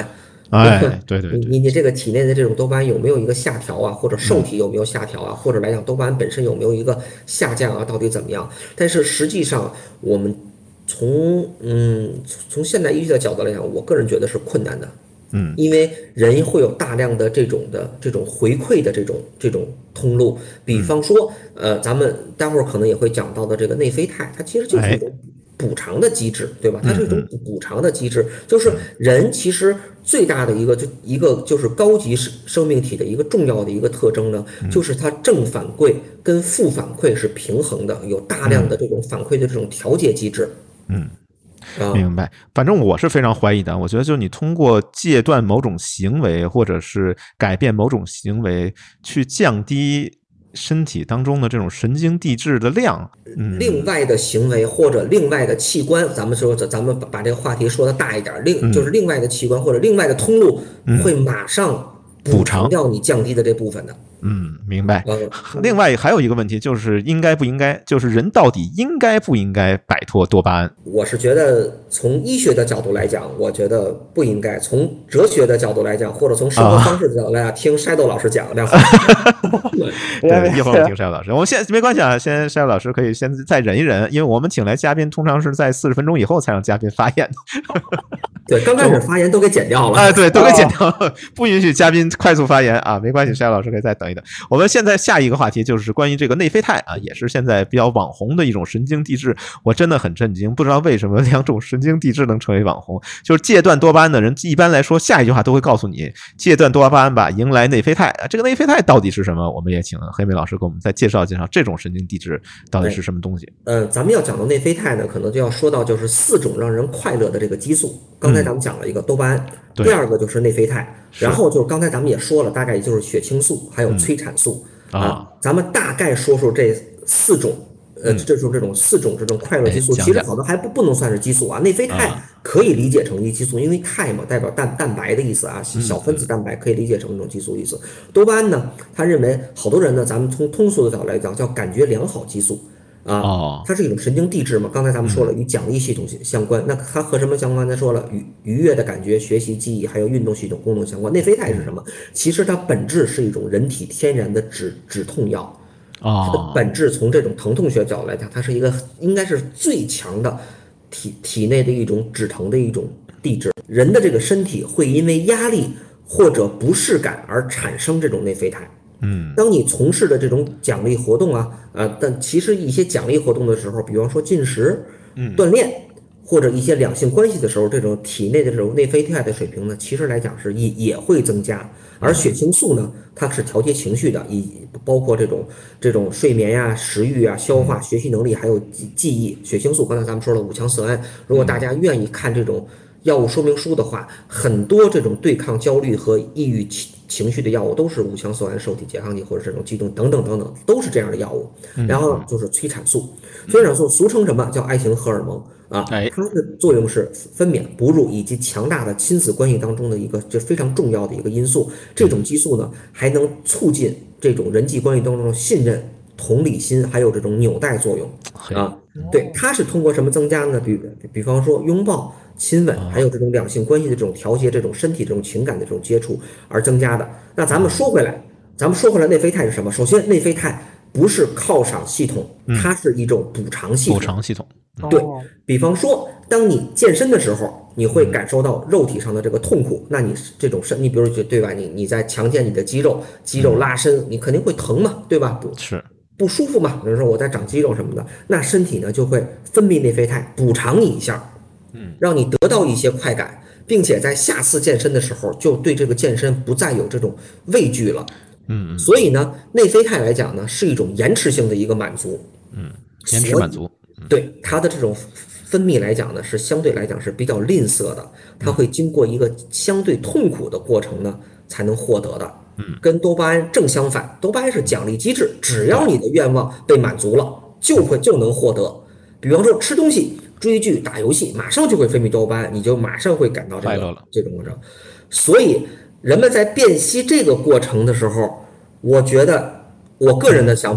哎，对对对， 你你这个体内的这种多巴胺有没有一个下调啊，或者受体有没有下调啊，或者来讲多巴胺本身有没有一个下降啊，到底怎么样？但是实际上我们从嗯从现代医学的角度来讲，我个人觉得是困难的。 嗯， 因为人会有大量的这种的这种回馈的这种这种通路，比方说，呃，咱们待会儿可能也会讲到的这个内啡肽，它其实就是一种补偿的机制，对吧？它是一种补偿的机制，就是人其实最大的一个就一个就是高级生生命体的一个重要的一个特征呢，就是它正反馈跟负反馈是平衡的，有大量的这种反馈的这种调节机制， 嗯。明白，反正我是非常怀疑的。我觉得，就你通过戒断某种行为，或者是改变某种行为，去降低身体当中的这种神经递质的量。嗯， 另外的行为或者另外的器官，咱们说，咱们把这个话题说的大一点，另就是另外的器官或者另外的通路，会马上补偿掉你降低的这部分的。 嗯，明白。另外还有一个问题就是，应该不应该，就是人到底应该不应该摆脱多巴胺？ 我是觉得从医学的角度来讲，我觉得不应该；从哲学的角度来讲，或者从生活方式的角度来讲，啊、听 Shadow 老师讲。对， 一会儿我听 Shadow 老师。我们现没关系啊，先 Shadow 老师可以先再忍一忍，因为我们请来嘉宾通常是在四十分钟以后才让嘉宾发言。 对，刚开始发言都给剪掉了。 哎，对，都给剪掉了，不允许嘉宾快速发言啊，没关系 ，Shadow 老师可以再等一等。我们现在下一个话题就是关于这个内啡肽啊，也是现在比较网红的一种神经递质。我真的很震惊，不知道为什么两种神经递质能成为网红。就是戒断多巴胺的人，一般来说下一句话都会告诉你戒断多巴胺吧，迎来内啡肽啊。这个内啡肽到底是什么？我们也请黑莓老师给我们再介绍介绍这种神经递质到底是什么东西。 呃，咱们要讲到内啡肽呢，可能就要说到就是四种让人快乐的这个激素。刚才咱们讲了一个多巴胺，嗯、第二个就是内啡肽，然后就是刚才咱们也说了，大概也就是血清素还有催产素。嗯啊，咱们大概说说这四种，呃，这种这种四种这种快乐激素，其实好多还不不能算是激素啊。内啡肽可以理解成一激素，因为肽嘛代表蛋蛋白的意思啊，小分子蛋白可以理解成一种激素意思。多巴胺呢，他认为好多人呢，咱们从通俗的角度来讲叫感觉良好激素啊，它是一种神经递质嘛。刚才咱们说了与奖励系统相关，那它和什么相关？咱说了愉愉悦的感觉、学习、记忆还有运动系统功能相关。内啡肽是什么？其实它本质是一种人体天然的止止痛药。它的本质从这种疼痛学角度来讲，它是一个应该是最强的体体内的一种止疼的一种递质。人的这个身体会因为压力或者不适感而产生这种内啡肽。嗯，当你从事的这种奖励活动啊，呃，但其实一些奖励活动的时候，比方说进食、锻炼或者一些两性关系的时候，这种体内的这种内啡肽的水平呢，其实来讲是也也会增加。而血清素呢，它是调节情绪的，以包括这种这种睡眠呀、食欲啊、消化、学习能力，还有记记忆。血清素刚才咱们说了五羟色胺，如果大家愿意看这种药物说明书的话，很多这种对抗焦虑和抑郁情情绪的药物都是五羟色胺受体拮抗剂或者这种激动等等等等，都是这样的药物。然后就是催产素，催产素俗称什么叫爱情荷尔蒙啊？它的作用是分娩、哺乳以及强大的亲子关系当中的一个这非常重要的一个因素。这种激素呢，还能促进这种人际关系当中的信任、同理心，还有这种纽带作用啊。对，它是通过什么增加呢？比比方说拥抱、亲吻，还有这种两性关系的这种调节、这种身体这种情感的这种接触而增加的。那咱们说回来，咱们说回来，内啡肽是什么？首先，内啡肽不是犒赏系统，它是一种补偿系统。 补偿系统。 对比方说，当你健身的时候，你会感受到肉体上的这个痛苦，那你这种身，你比如对吧？你你在强健你的肌肉，肌肉拉伸，你肯定会疼嘛，对吧？ 是。 不舒服嘛？比如说我在长肌肉什么的，那身体呢就会分泌内啡肽补偿你一下，嗯，让你得到一些快感，并且在下次健身的时候就对这个健身不再有这种畏惧了，嗯，所以呢，内啡肽来讲呢是一种延迟性的一个满足， 嗯，延迟满足， 对它的这种分泌来讲呢是相对来讲是比较吝啬的，它会经过一个相对痛苦的过程呢才能获得的。跟多巴胺正相反，多巴胺是奖励机制，只要你的愿望被满足了，就会就能获得。比方说吃东西、追剧、打游戏，马上就会分泌多巴胺，你就马上会感到这个这种过程。所以人们在辨析这个过程的时候，我觉得我个人的想法啊，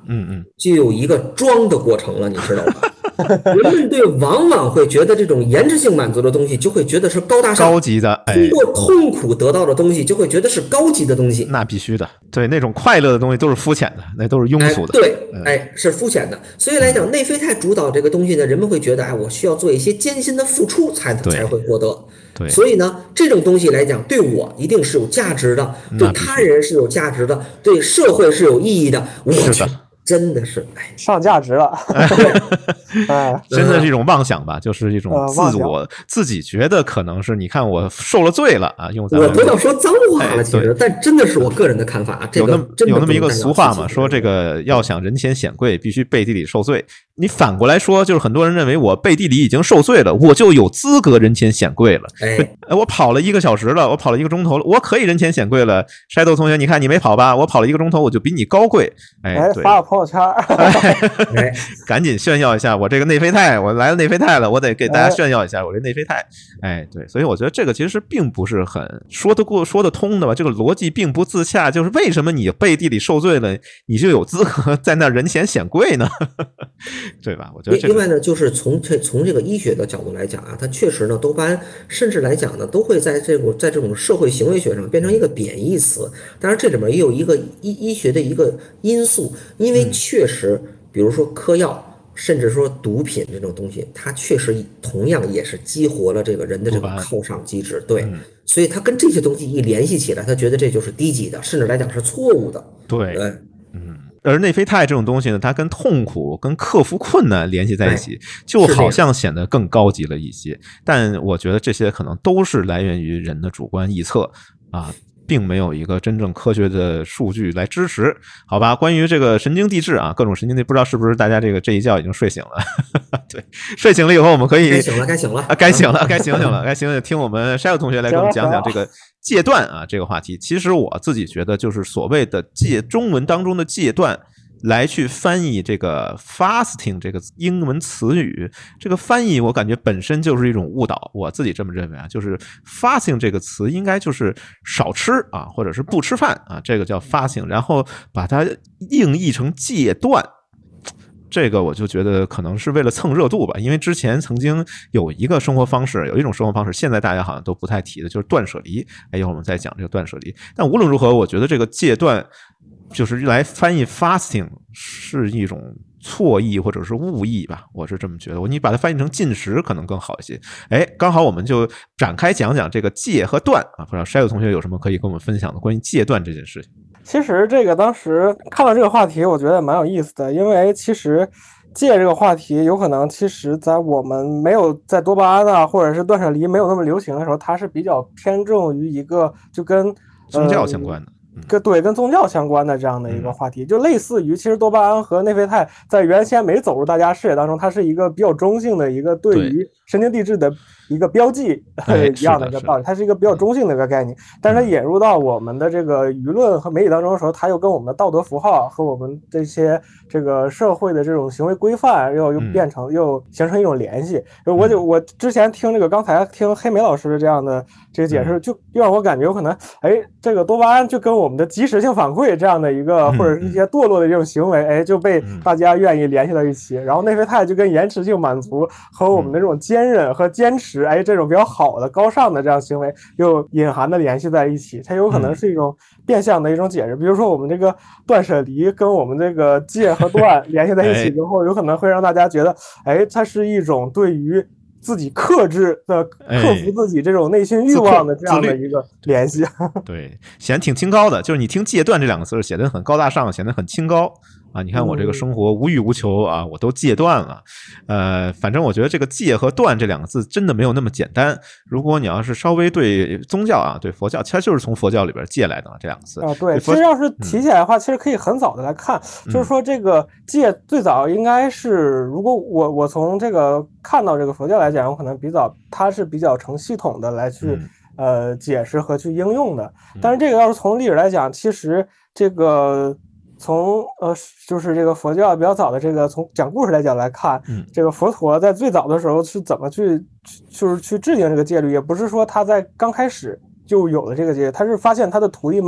嗯嗯， 就有一个装的过程了，你知道吧？人们对往往会觉得这种延迟性满足的东西，就会觉得是高大上、 高级的，哎， 通过痛苦得到的东西，就会觉得是高级的东西。 那必须的，对，那种快乐的东西都是肤浅的，那都是庸俗的， 哎、对， 嗯、 哎，是肤浅的。所以来讲，内啡肽主导这个东西呢，人们会觉得，哎，我需要做一些艰辛的付出才才会获得。 对， 所以呢，这种东西来讲，对我一定是有价值的，对他人是有价值的，对社会是有意义的。我去。真的是，哎， 上价值了， 哎，真的是一种妄想吧，就是一种自我、呃、自己觉得可能是，你看我受了罪了啊，用咱们我不要说脏话了，其实，但真的是我个人的看法。这个有那有那么一个俗话嘛，说这个要想人前显贵，必须背地里受罪。你反过来说，就是很多人认为我背地里已经受罪了，我就有资格人前显贵了。哎，我跑了一个小时了，我跑了一个钟头了，我可以人前显贵了。Shadow 同学，你看你没跑吧？我跑了一个钟头，我就比你高贵。哎，对， 发个朋友圈， 哎，赶紧炫耀一下我这个内啡肽，我来了内啡肽了，我得给大家炫耀一下我这内啡肽。哎，对，所以我觉得这个其实并不是很说得过、说得通的吧？这个逻辑并不自洽，就是为什么你背地里受罪了，你就有资格在那人前显贵呢？对吧？我觉得、这个、 另外呢，就是从这从这个医学的角度来讲啊，它确实呢，多巴胺甚至来讲呢，都会在这种在这种社会行为学上变成一个贬义词。当然，这里面也有一个医医学的一个因素，因为确实，比如说嗑药。甚至说毒品这种东西，它确实同样也是激活了这个人的这个犒赏机制，对，嗯、所以他跟这些东西一联系起来，他觉得这就是低级的，甚至来讲是错误的。 对，对嗯，而内啡肽这种东西呢，它跟痛苦、跟克服困难联系在一起，就好像显得更高级了一些。但我觉得这些可能都是来源于人的主观臆测啊。并没有一个真正科学的数据来支持，好吧？关于这个神经递质啊，各种神经递，不知道是不是大家这个这一觉已经睡醒了？对，睡醒了以后，我们可以该醒了，该醒了啊，该醒了，该醒醒了，该醒醒，听我们Shadow同学来给我们讲讲这个戒断啊这个话题。其实我自己觉得，就是所谓的戒，中文当中的戒断。来去翻译这个 fasting 这个英文词语，这个翻译我感觉本身就是一种误导，我自己这么认为啊，就是 fasting 这个词应该就是少吃啊，或者是不吃饭啊，这个叫 fasting， 然后把它硬译成戒断。这个我就觉得可能是为了蹭热度吧，因为之前曾经有一个生活方式，有一种生活方式，现在大家好像都不太提的，就是断舍离。哎，一会儿我们再讲这个断舍离。但无论如何，我觉得这个戒断就是来翻译 fasting 是一种错译或者是误译吧，我是这么觉得。你把它翻译成禁食可能更好一些。哎，刚好我们就展开讲讲这个戒和断啊，不知道Shadow同学有什么可以跟我们分享的关于戒断这件事情。 其实这个当时看到这个话题，我觉得蛮有意思的，因为其实戒这个话题，有可能其实在我们没有在多巴胺啊，或者是断舍离没有那么流行的时候，它是比较偏重于一个就跟宗教相关的。 呃跟对跟宗教相关的这样的一个话题，就类似于其实多巴胺和内啡肽在原先没走入大家视野当中，它是一个比较中性的一个对于神经递质的一个标记一样的一个道理，它是一个比较中性的一个概念。但是它引入到我们的这个舆论和媒体当中的时候，它又跟我们的道德符号和我们这些这个社会的这种行为规范又又变成又形成一种联系。我就我之前听这个刚才听黑莓老师的这样的这个解释，就让我感觉有可能哎，这个多巴胺就跟我们的及时性反馈这样的一个或者是一些堕落的这种行为，哎，就被大家愿意联系到一起。然后内啡肽就跟延迟性满足和我们的这种坚韧和坚持，哎，这种比较好的高尚的这样行为又隐含的联系在一起，它有可能是一种变相的一种解释。比如说我们这个断舍离跟我们这个戒和断联系在一起之后，有可能会让大家觉得，哎，它是一种对于自己克制的克服自己这种内心欲望的这样的一个联系。 对，显得挺清高的，就是你听戒断这两个字显得很高大上，显得很清高啊！你看我这个生活无欲无求啊，我都戒断了。呃，反正我觉得这个戒和断这两个字真的没有那么简单。如果你要是稍微对宗教啊，对佛教，它就是从佛教里边戒来的这两个字啊。对，其实要是提起来的话，嗯、其实可以很早的来看，就是说这个戒最早应该是，如果我我从这个看到这个佛教来讲，我可能比较它是比较成系统的来去、嗯、呃解释和去应用的。但是这个要是从历史来讲，其实这个。从呃，就是这个佛教比较早的这个从讲故事来讲来看，嗯，这个佛陀在最早的时候是怎么去，就是去制定这个戒律，也不是说他在刚开始就有了这个戒律，他是发现他的徒弟们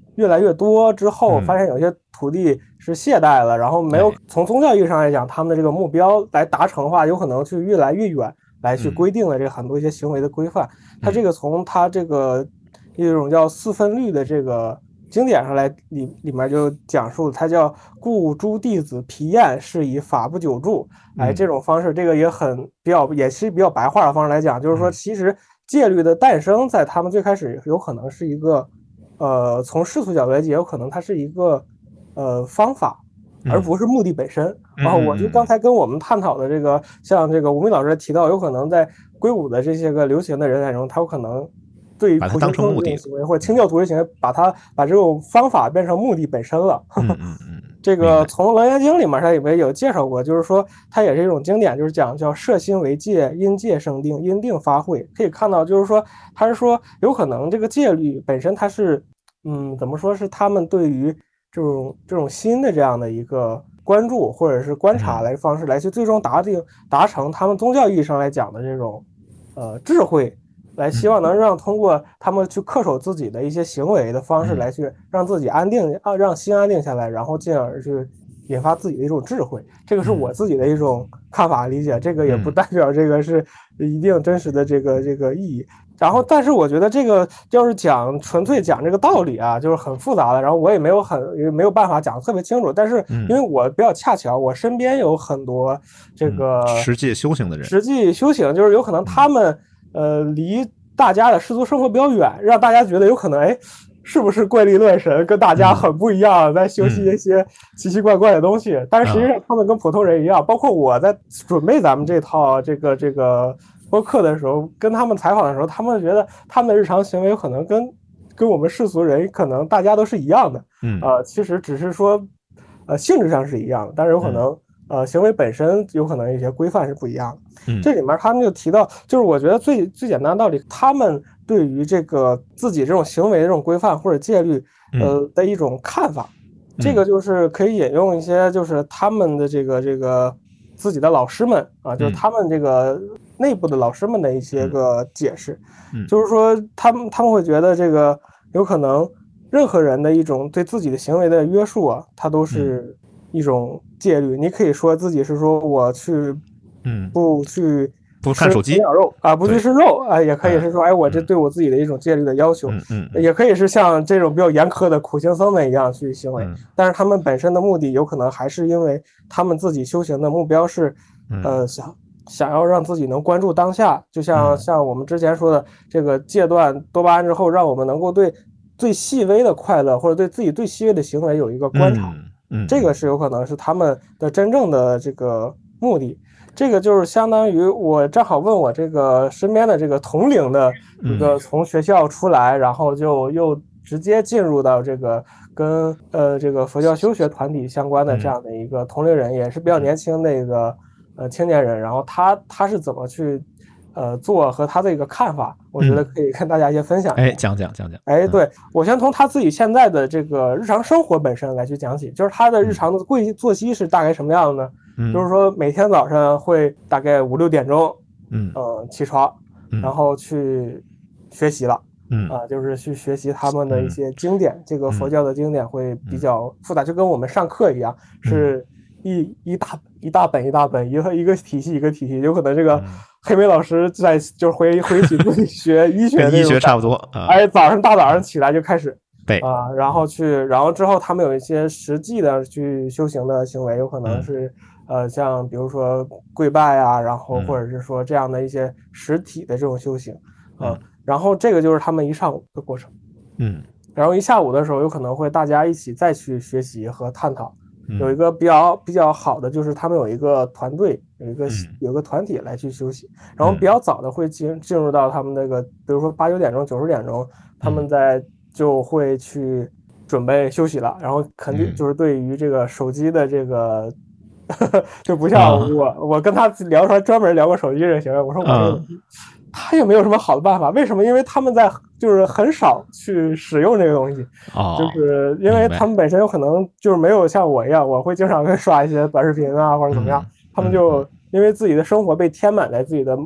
越来越多之后， 嗯发现有些土地是懈怠了，然后没有哎从宗教意义上来讲，他们的这个目标来达成的话，有可能去越来越远，来去嗯规定了这个很多一些行为的规范。它这个从它这个一种叫四分律的这个经典上来里里面就讲述，它叫故诸弟子皮验是以法不久住，哎， 嗯这种方式，这个也很比较也是比较白话的方式来讲，就是说嗯其实戒律的诞生在他们最开始有可能是一个，呃，从世俗角度来讲，有可能它是一个呃方法。而不是目的本身。 嗯然后我就刚才跟我们探讨的这个，像这个吴明老师提到，有可能在归伍的这些个流行的人当中，他有可能对把它普当成目的行行为或者清教徒的行为，把它把这种方法变成目的本身了。 嗯嗯嗯， 这明白个从《楞严经》里面，它里面有介绍过，就是说它也是一种经典，就是讲叫摄心为戒，因戒生定，因定发慧。可以看到，就是说它是说有可能这个戒律本身它是，嗯，怎么说是他们对于这种这种心的这样的一个关注或者是观察来方式来去最终达定达成他们宗教意义上来讲的这种呃智慧。来希望能让通过他们去恪守自己的一些行为的方式来去让自己安定啊，让心安定下来，然后进而去引发自己的一种智慧。这个是我自己的一种看法理解，这个也不代表这个是一定真实的这个这个意义。然后，但是我觉得这个要是讲纯粹讲这个道理啊，就是很复杂的。然后我也没有很也没有办法讲得特别清楚。但是因为我比较恰巧，我身边有很多这个实际修行的人， 实际修行就是有可能他们。呃，离大家的世俗生活比较远，让大家觉得有可能，哎，是不是怪力乱神，跟大家很不一样，在修习一些奇奇怪怪的东西。嗯、但是实际上，他们跟普通人一样。包括我在准备咱们这套这个这个播客的时候，跟他们采访的时候，他们觉得他们的日常行为有可能跟跟我们世俗人可能大家都是一样的。 嗯， 呃，其实只是说，呃，性质上是一样的，但是有可能。嗯呃，行为本身有可能一些规范是不一样的。 嗯， 这里面他们就提到，就是我觉得最最简单的道理，他们对于这个自己这种行为的这种规范或者戒律，呃的一种看法， 嗯、 这个就是可以引用一些，就是他们的这个这个自己的老师们啊，就是他们这个内部的老师们的一些个解释， 嗯、 就是说他们他们会觉得这个有可能任何人的一种对自己的行为的约束啊，它都是一种戒律。你可以说自己是说我去， 嗯， 不去不看手机， 吃肉啊，不去吃肉啊，也可以是说，哎，我这对我自己的一种戒律的要求， 嗯嗯， 也可以是像这种比较严苛的苦行僧们一样去行为。但是他们本身的目的，有可能还是因为他们自己修行的目标是，呃，想想要让自己能关注当下，就像像我们之前说的，这个戒断多巴胺之后，让我们能够对最细微的快乐或者对自己最细微的行为有一个观察。 嗯， 这个是有可能是他们的真正的这个目的。这个就是相当于我正好问我这个身边的这个同龄的一个从学校出来，然后就又直接进入到这个跟呃这个佛教修学团体相关的这样的一个同龄人，也是比较年轻的一个呃青年人。然后他他是怎么去呃做和他的一个看法，我觉得可以跟大家一些分享一下。 哎，讲讲讲讲。 哎，对，我先从他自己现在的这个日常生活本身来去讲起，就是他的日常的贵作息是大概什么样的呢？ 嗯， 就是说每天早上会大概五六点钟， 嗯呃起床，然后去学习了。 嗯啊，就是去学习他们的一些经典，嗯、这个佛教的经典会比较复杂，嗯、就跟我们上课一样，是一一大一大本一大本，一个一个体系一个体系，有可能这个黑莓老师在就是回回起自己学医学跟医学差不多，啊、 哎，早上大早上起来就开始背啊，然后去，然后之后他们有一些实际的去修行的行为，有可能是、嗯、呃像比如说跪拜啊，然后或者是说这样的一些实体的这种修行啊。嗯然后这个就是他们一上午的过程， 嗯， 然后一下午的时候有可能会大家一起再去学习和探讨， 嗯、 有一个比较比较好的就是他们有一个团队，有一个、嗯、有一个团体来去休息，然后比较早的会进进入到他们那个，比如说八九点钟、九十点钟，他们在就会去准备休息了，然后肯定就是对于这个手机的这个。就不像我，啊、我跟他聊出来专门聊过手机这行为，我说我这个。啊他也没有什么好的办法，为什么？因为他们在就是很少去使用这个东西， 哦， 就是因为他们本身有可能就是没有像我一样，我会经常会刷一些短视频啊或者怎么样， 嗯、 他们就因为自己的生活被填满在自己的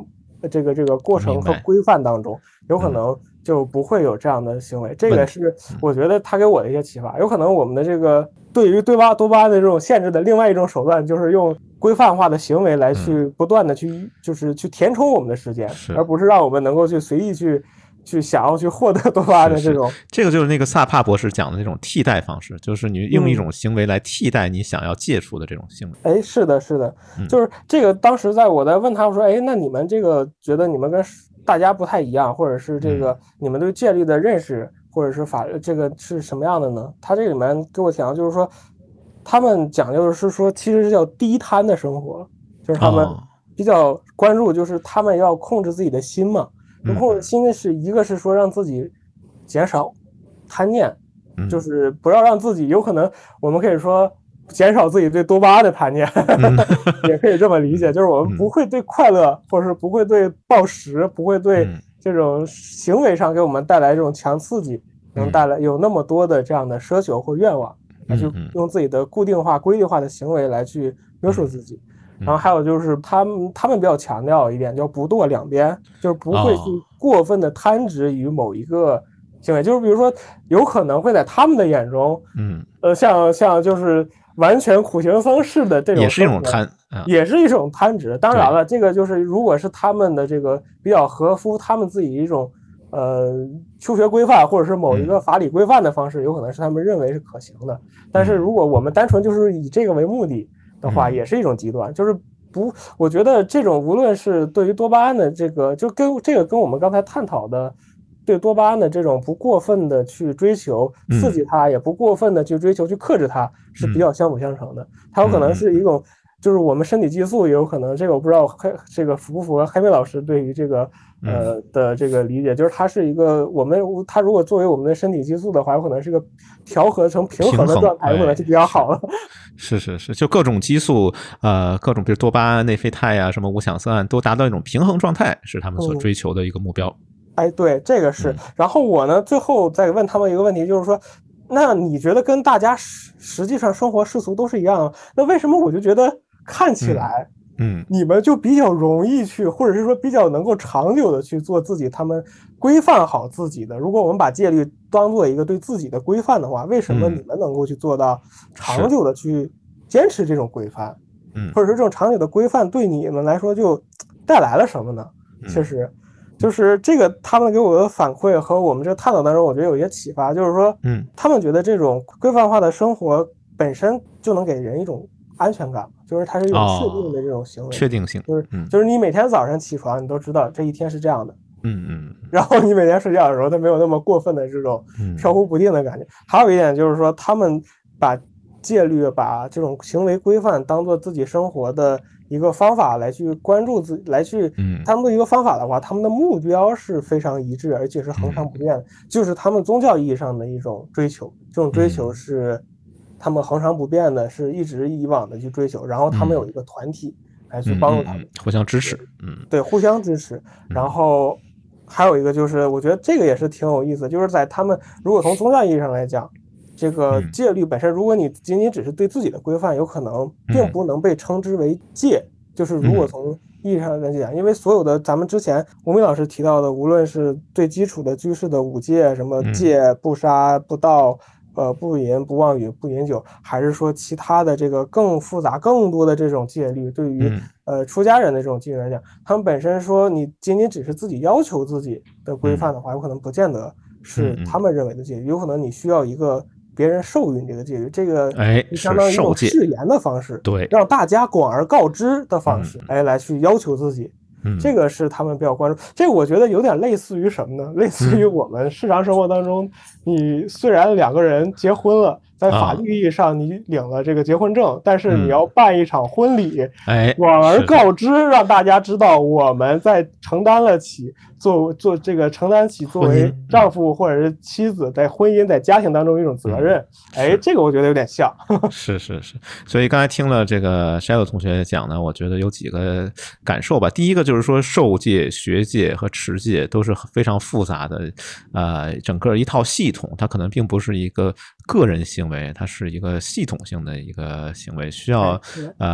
这个这个过程和规范当中，有可能就不会有这样的行为。这个是我觉得他给我的一些启发。有可能我们的这个对于多巴多巴胺的这种限制的另外一种手段，就是用规范化的行为来去不断的去就是去填充我们的时间，而不是让我们能够去随意去。去想要去获得多巴胺的这种， 是是这个就是那个萨帕博士讲的那种替代方式，就是你用一种行为来替代你想要戒除的这种行为。 哎，是的，是的，就是这个。当时在我在问他，我说，哎，那你们这个觉得你们跟大家不太一样，或者是这个你们对戒律的认识，或者是法这个是什么样的呢？他这里面给我讲，就是说，他们讲究的是说，其实是叫低贪的生活，就是他们比较关注，就是他们要控制自己的心嘛。控制心的是一个是说让自己减少贪念，就是不要让自己有可能，我们可以说减少自己对多巴胺的贪念，也可以这么理解，就是我们不会对快乐，或者是不会对暴食，不会对这种行为上给我们带来这种强刺激，能带来有那么多的这样的奢求或愿望，来去用自己的固定化、规律化的行为来去约束自己。然后还有就是他们他们比较强调一点叫不堕两边，就是不会去过分的贪执于某一个行为，就是比如说有可能会在他们的眼中，嗯，呃，像像就是完全苦行僧式的这种， 也是一种贪， 也是一种贪执。当然了，这个就是如果是他们的这个比较合乎他们自己一种呃求学规范，或者是某一个法理规范的方式，有可能是他们认为是可行的。但是如果我们单纯就是以这个为目的的话，也是一种极端，就是不，我觉得这种无论是对于多巴胺的这个，就跟这个跟我们刚才探讨的对多巴胺的这种不过分的去追求刺激它，也不过分的去追求去克制它，是比较相辅相成的。它有可能是一种，就是我们身体激素也有可能，这个我不知道黑这个符不符合黑妹老师对于这个呃的这个理解，就是它是一个我们它如果作为我们的身体激素的话，有可能是一个调和成平衡的状态，有可能是比较好的。 是是是，就各种激素，呃，各种比如多巴胺、内啡肽呀、什么五羟色胺，都达到一种平衡状态，是他们所追求的一个目标。 嗯、哎，对，这个是。嗯、然后我呢，最后再问他们一个问题，就是说，那你觉得跟大家实实际上生活世俗都是一样的，那为什么我就觉得看起来，嗯，你们就比较容易去，或者是说比较能够长久的去做自己，他们规范好自己的。如果我们把戒律当做一个对自己的规范的话，为什么你们能够去做到长久的去坚持这种规范？嗯，或者说这种长久的规范对你们来说就带来了什么呢？其实，就是这个他们给我的反馈和我们这个探讨当中，我觉得有一些启发，就是说，嗯，他们觉得这种规范化的生活本身就能给人一种安全感，就是它是一种确定的这种行为， 哦、确定性， 就是、嗯、就是你每天早上起床，你都知道这一天是这样的， 嗯嗯， 然后你每天睡觉的时候，它没有那么过分的这种飘忽不定的感觉。嗯、还有一点就是说，他们把戒律、把这种行为规范当做自己生活的一个方法来去关注自己，来去，嗯，他们的一个方法的话，他们的目标是非常一致，而且是恒常不变的，嗯、就是他们宗教意义上的一种追求，这种追求是他们恒常不变的，是一直以往的去追求，然后他们有一个团体来去帮助他们， 嗯嗯嗯、互相支持，嗯， 对，互相支持。然后还有一个就是，我觉得这个也是挺有意思，就是在他们如果从宗教意义上来讲。这个戒律本身，如果你仅仅只是对自己的规范，有可能并不能被称之为戒。就是如果从意义上来讲，因为所有的咱们之前吴明老师提到的，无论是最基础的居士的五戒，什么戒、不杀、不盗、呃不淫、不妄语、不饮酒，还是说其他的这个更复杂、更多的这种戒律，对于呃出家人的这种戒律来讲，他们本身说你仅仅只是自己要求自己的规范的话，有可能不见得是他们认为的戒律，有可能你需要一个。别人授予你这个戒律，这个相当于一种誓言的方式， 对， 让大家广而告之的方式，哎，来去要求自己，嗯，这个是他们比较关注。这个我觉得有点类似于什么呢？类似于我们日常生活当中，你虽然两个人结婚了，在法律意义上你领了这个结婚证，但是你要办一场婚礼， 哎， 广而告之，让大家知道我们在承担了起。做做这个承担起作为丈夫或者是妻子在婚姻在家庭当中一种责任，嗯、哎，这个我觉得有点像。 是是是，所以刚才听了这个 Shadow 同学讲呢，我觉得有几个感受吧。第一个就是说，受戒、学戒和持戒都是非常复杂的，呃，整个一套系统，它可能并不是一个个人行为，它是一个系统性的一个行为，需要呃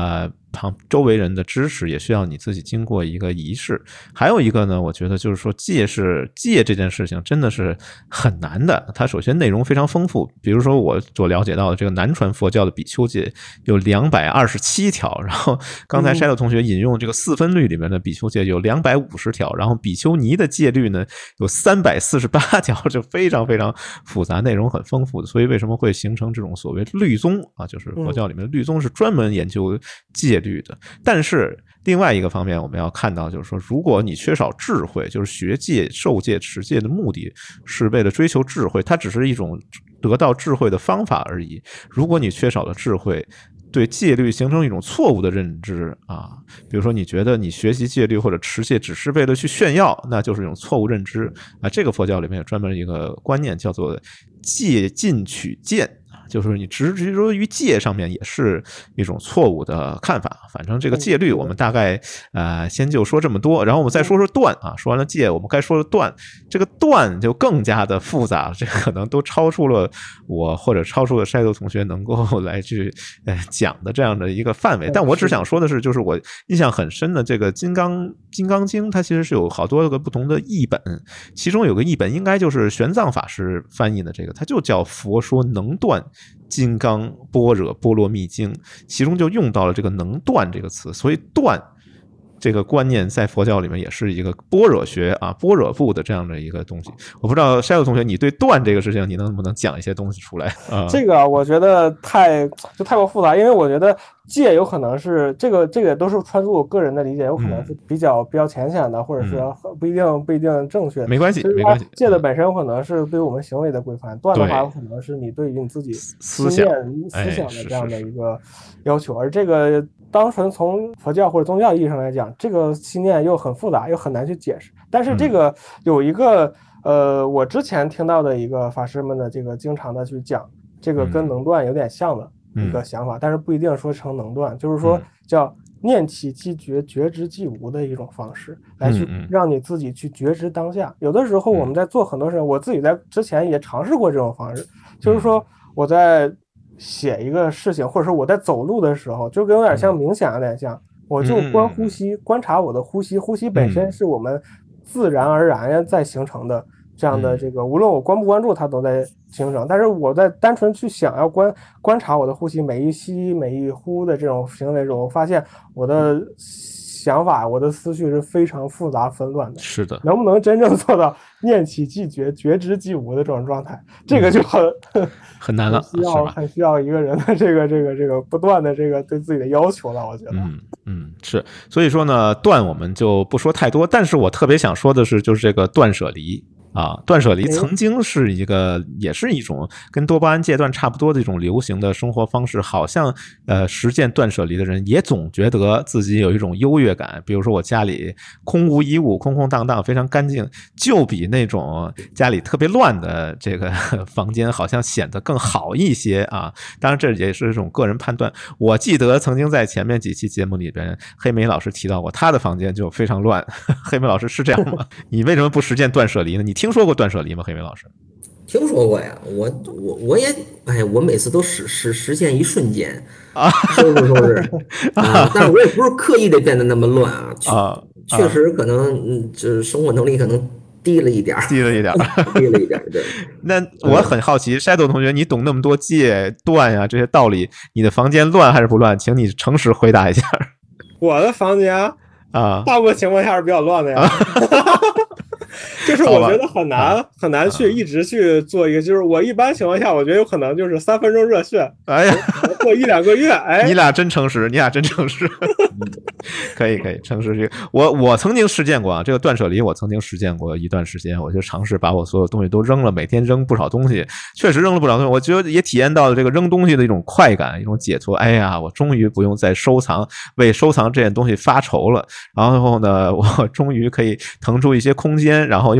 旁周围人的支持，也需要你自己经过一个仪式。还有一个呢，我觉得就是说戒是戒这件事情真的是很难的，它首先内容非常丰富，比如说我所了解到的这个南传佛教的比丘戒有两百二十七条，然后刚才Shadow同学引用这个四分律里面的比丘戒有两百五十条，然后比丘尼的戒律呢有三百四十八条，就非常非常复杂，内容很丰富的。所以为什么会形成这种所谓律宗啊，就是佛教里面的律宗是专门研究戒律的。但是另外一个方面我们要看到，就是说如果你缺少智慧，就是学戒受戒持戒的目的是为了追求智慧，它只是一种得到智慧的方法而已。如果你缺少了智慧，对戒律形成一种错误的认知啊，比如说你觉得你学习戒律或者持戒只是为了去炫耀，那就是一种错误认知啊。这个佛教里面有专门一个观念叫做戒禁取见，就是你执着于戒上面也是一种错误的看法。反正这个戒律我们大概呃先就说这么多，然后我们再说说断啊。说完了戒，我们该说的断，这个断就更加的复杂了，这个可能都超出了我或者超出了Shadow同学能够来去呃讲的这样的一个范围。但我只想说的是，就是我印象很深的这个金刚金刚经，它其实是有好多个不同的译本，其中有个译本应该就是玄奘法师翻译的，这个它就叫佛说能断金刚般若波罗蜜经，其中就用到了这个能断这个词。所以断这个观念在佛教里面也是一个般若学啊，般若部的这样的一个东西。我不知道Shadow同学你对断这个事情你能不能讲一些东西出来啊？ 这个我觉得太就太过复杂，因为我觉得戒有可能是这个这个都是穿入我个人的理解，有可能是比较、嗯、比较浅显的，或者是不一定不一定正确的。 没关系，没关系。 戒的本身有可能是对于我们行为的规范，断的话有可能是你对于你自己思想思想的这样的一个要求，而这个单纯从佛教或者宗教意义上来讲，这个信念又很复杂，又很难去解释。但是这个有一个、嗯、呃，我之前听到的一个法师们的这个经常的去讲，这个跟能断有点像的一个想法，嗯、但是不一定说成能断，就是说叫念起即觉，觉知即无的一种方式，来去让你自己去觉知当下。有的时候我们在做很多事情，我自己在之前也尝试过这种方式，就是说我在写一个事情，或者说我在走路的时候，就跟有点像冥想有点像，我就观呼吸，观察我的呼吸，呼吸本身是我们自然而然在形成的这样的这个，无论我关不关注它都在形成，但是我在单纯去想要观观察我的呼吸，每一吸每一呼的这种行为中，我发现我的想法我的思绪是非常复杂纷乱的。 是的， 能不能真正做到念起即觉，觉知即无的这种状态，这个就很、嗯、 很难了， 很需要很需要一个人的这个这个这个不断的这个对自己的要求了，我觉得。 嗯嗯，是，所以说呢，断我们就不说太多，但是我特别想说的是，就是这个断舍离。啊，断舍离曾经是一个，也是一种跟多巴胺戒断差不多的一种流行的生活方式。好像呃，实践断舍离的人也总觉得自己有一种优越感。比如说我家里空无一物，空空荡荡，非常干净，就比那种家里特别乱的这个房间好像显得更好一些啊。当然这也是一种个人判断。我记得曾经在前面几期节目里边，黑莓老师提到过他的房间就非常乱。黑莓老师是这样吗？你为什么不实践断舍离呢？你听说过断舍离吗？黑莓老师听说过呀，我我我也哎，我每次都实实实现一瞬间啊，收拾收拾啊，但是我也不是刻意的变得那么乱啊，啊，确实可能嗯，就是生活能力可能低了一点， 低了一点， 低了一点。对， 那我很好奇，Shadow同学，你懂那么多戒断呀这些道理，你的房间乱还是不乱？请你诚实回答一下。 我的房间啊，大部分情况下是比较乱的呀。就是我觉得很难很难去一直去做一个，就是我一般情况下，我觉得有可能就是三分钟热血，哎呀，过一两个月，哎， 你俩真诚实，你俩真诚实，可以可以诚实。这个我我曾经实践过啊，这个断舍离我曾经实践过一段时间，我就尝试把我所有东西都扔了，每天扔不少东西，确实扔了不少东西，我觉得也体验到了这个扔东西的一种快感，一种解脱。哎呀，我终于不用再收藏，为收藏这件东西发愁了。然后呢，我终于可以腾出一些空间。然后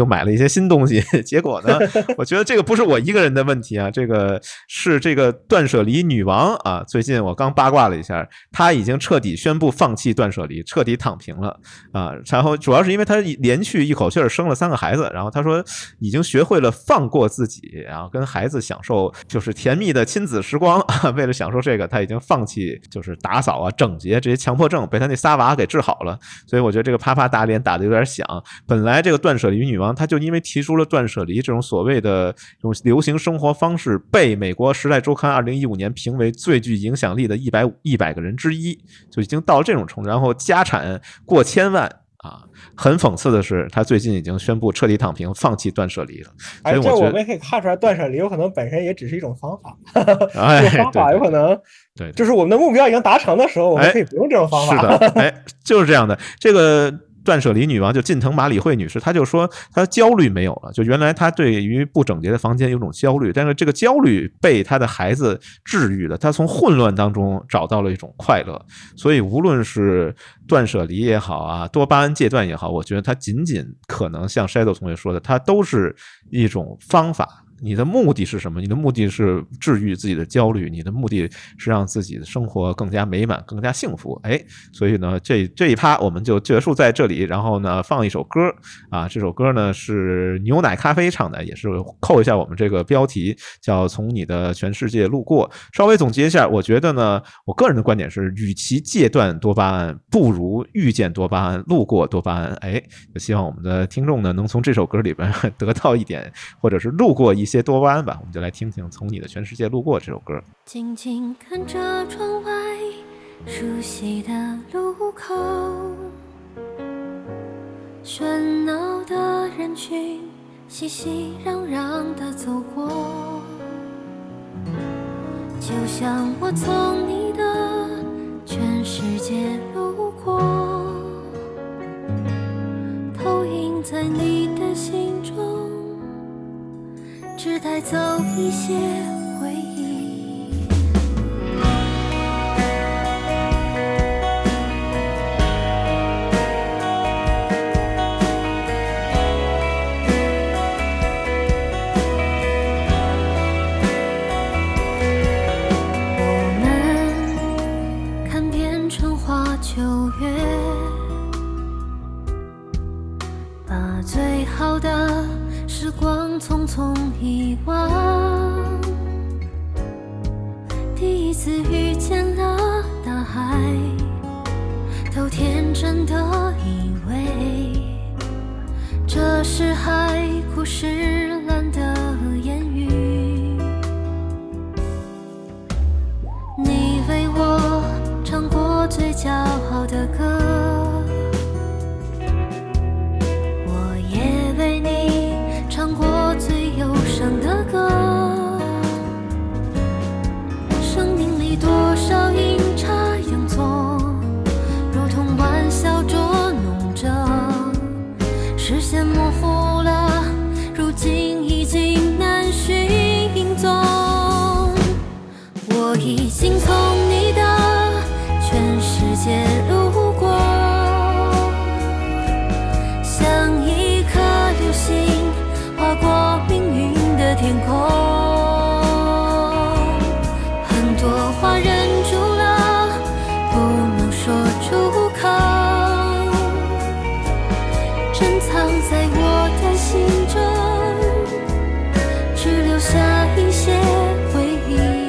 又买了一些新东西。结果呢，我觉得这个不是我一个人的问题啊，这个是这个断舍离女王啊。最近我刚八卦了一下，她已经彻底宣布放弃断舍离，彻底躺平了啊。然后主要是因为她连续一口气儿生了三个孩子，然后她说已经学会了放过自己，然后跟孩子享受就是甜蜜的亲子时光啊。为了享受这个，她已经放弃就是打扫啊、整洁这些强迫症，被她那仨娃给治好了。所以我觉得这个啪啪打脸打得有点响。本来这个断舍离女王她就因为提出了断舍离这种所谓的这种流行生活方式，被美国时代周刊二零一五年评为最具影响力的一百一百个人之一，就已经到了这种程度，然后家产过千万啊。很讽刺的是，他最近已经宣布彻底躺平，放弃断舍离了。所以我觉得， 这我们也可以看出来，断舍离有可能本身也只是一种方法。哎、这个方法有可能， 对， 就是我们的目标已经达成的时候，我们可以不用这种方法。 是的，哎，就是这样的。这个断舍离女王就近藤麻里惠女士，她就说她焦虑没有了，就原来她对于不整洁的房间有种焦虑，但是这个焦虑被她的孩子治愈了，她从混乱当中找到了一种快乐。所以无论是断舍离也好啊，多巴胺戒断也好，我觉得它仅仅可能像 Shadow 同学说的，它都是一种方法。你的目的是什么？你的目的是治愈自己的焦虑，你的目的是让自己的生活更加美满、更加幸福。哎，所以呢，这这一趴我们就结束在这里。然后呢，放一首歌啊，这首歌呢是牛奶咖啡唱的，也是扣一下我们这个标题，叫《从你的全世界路过》。稍微总结一下，我觉得呢，我个人的观点是，与其戒断多巴胺，不如遇见多巴胺，路过多巴胺。哎，希望我们的听众呢，能从这首歌里边得到一点，或者是路过一些。些多巴胺吧，我们就来听听《从你的全世界路过》这首歌。 静静看着窗外熟悉的路口，喧闹的人群熙熙攘攘地走过，就像我从你的全世界路过，投影在你的心中，只带走一些回忆。我们看遍春花秋月，把最好的时光匆匆遗忘，第一次遇见了大海，都天真的以为这是海枯石烂的言语。你为我唱过最骄傲的歌，唱过最忧伤的歌，生命里多少阴差阳错，如同玩笑捉弄着，视线模糊了，如今已经难寻踪。我已经从你的全世界路过，像一颗流星划过命运的天空，很多话忍住了，不能说出口，珍藏在我的心中，只留下一些回忆。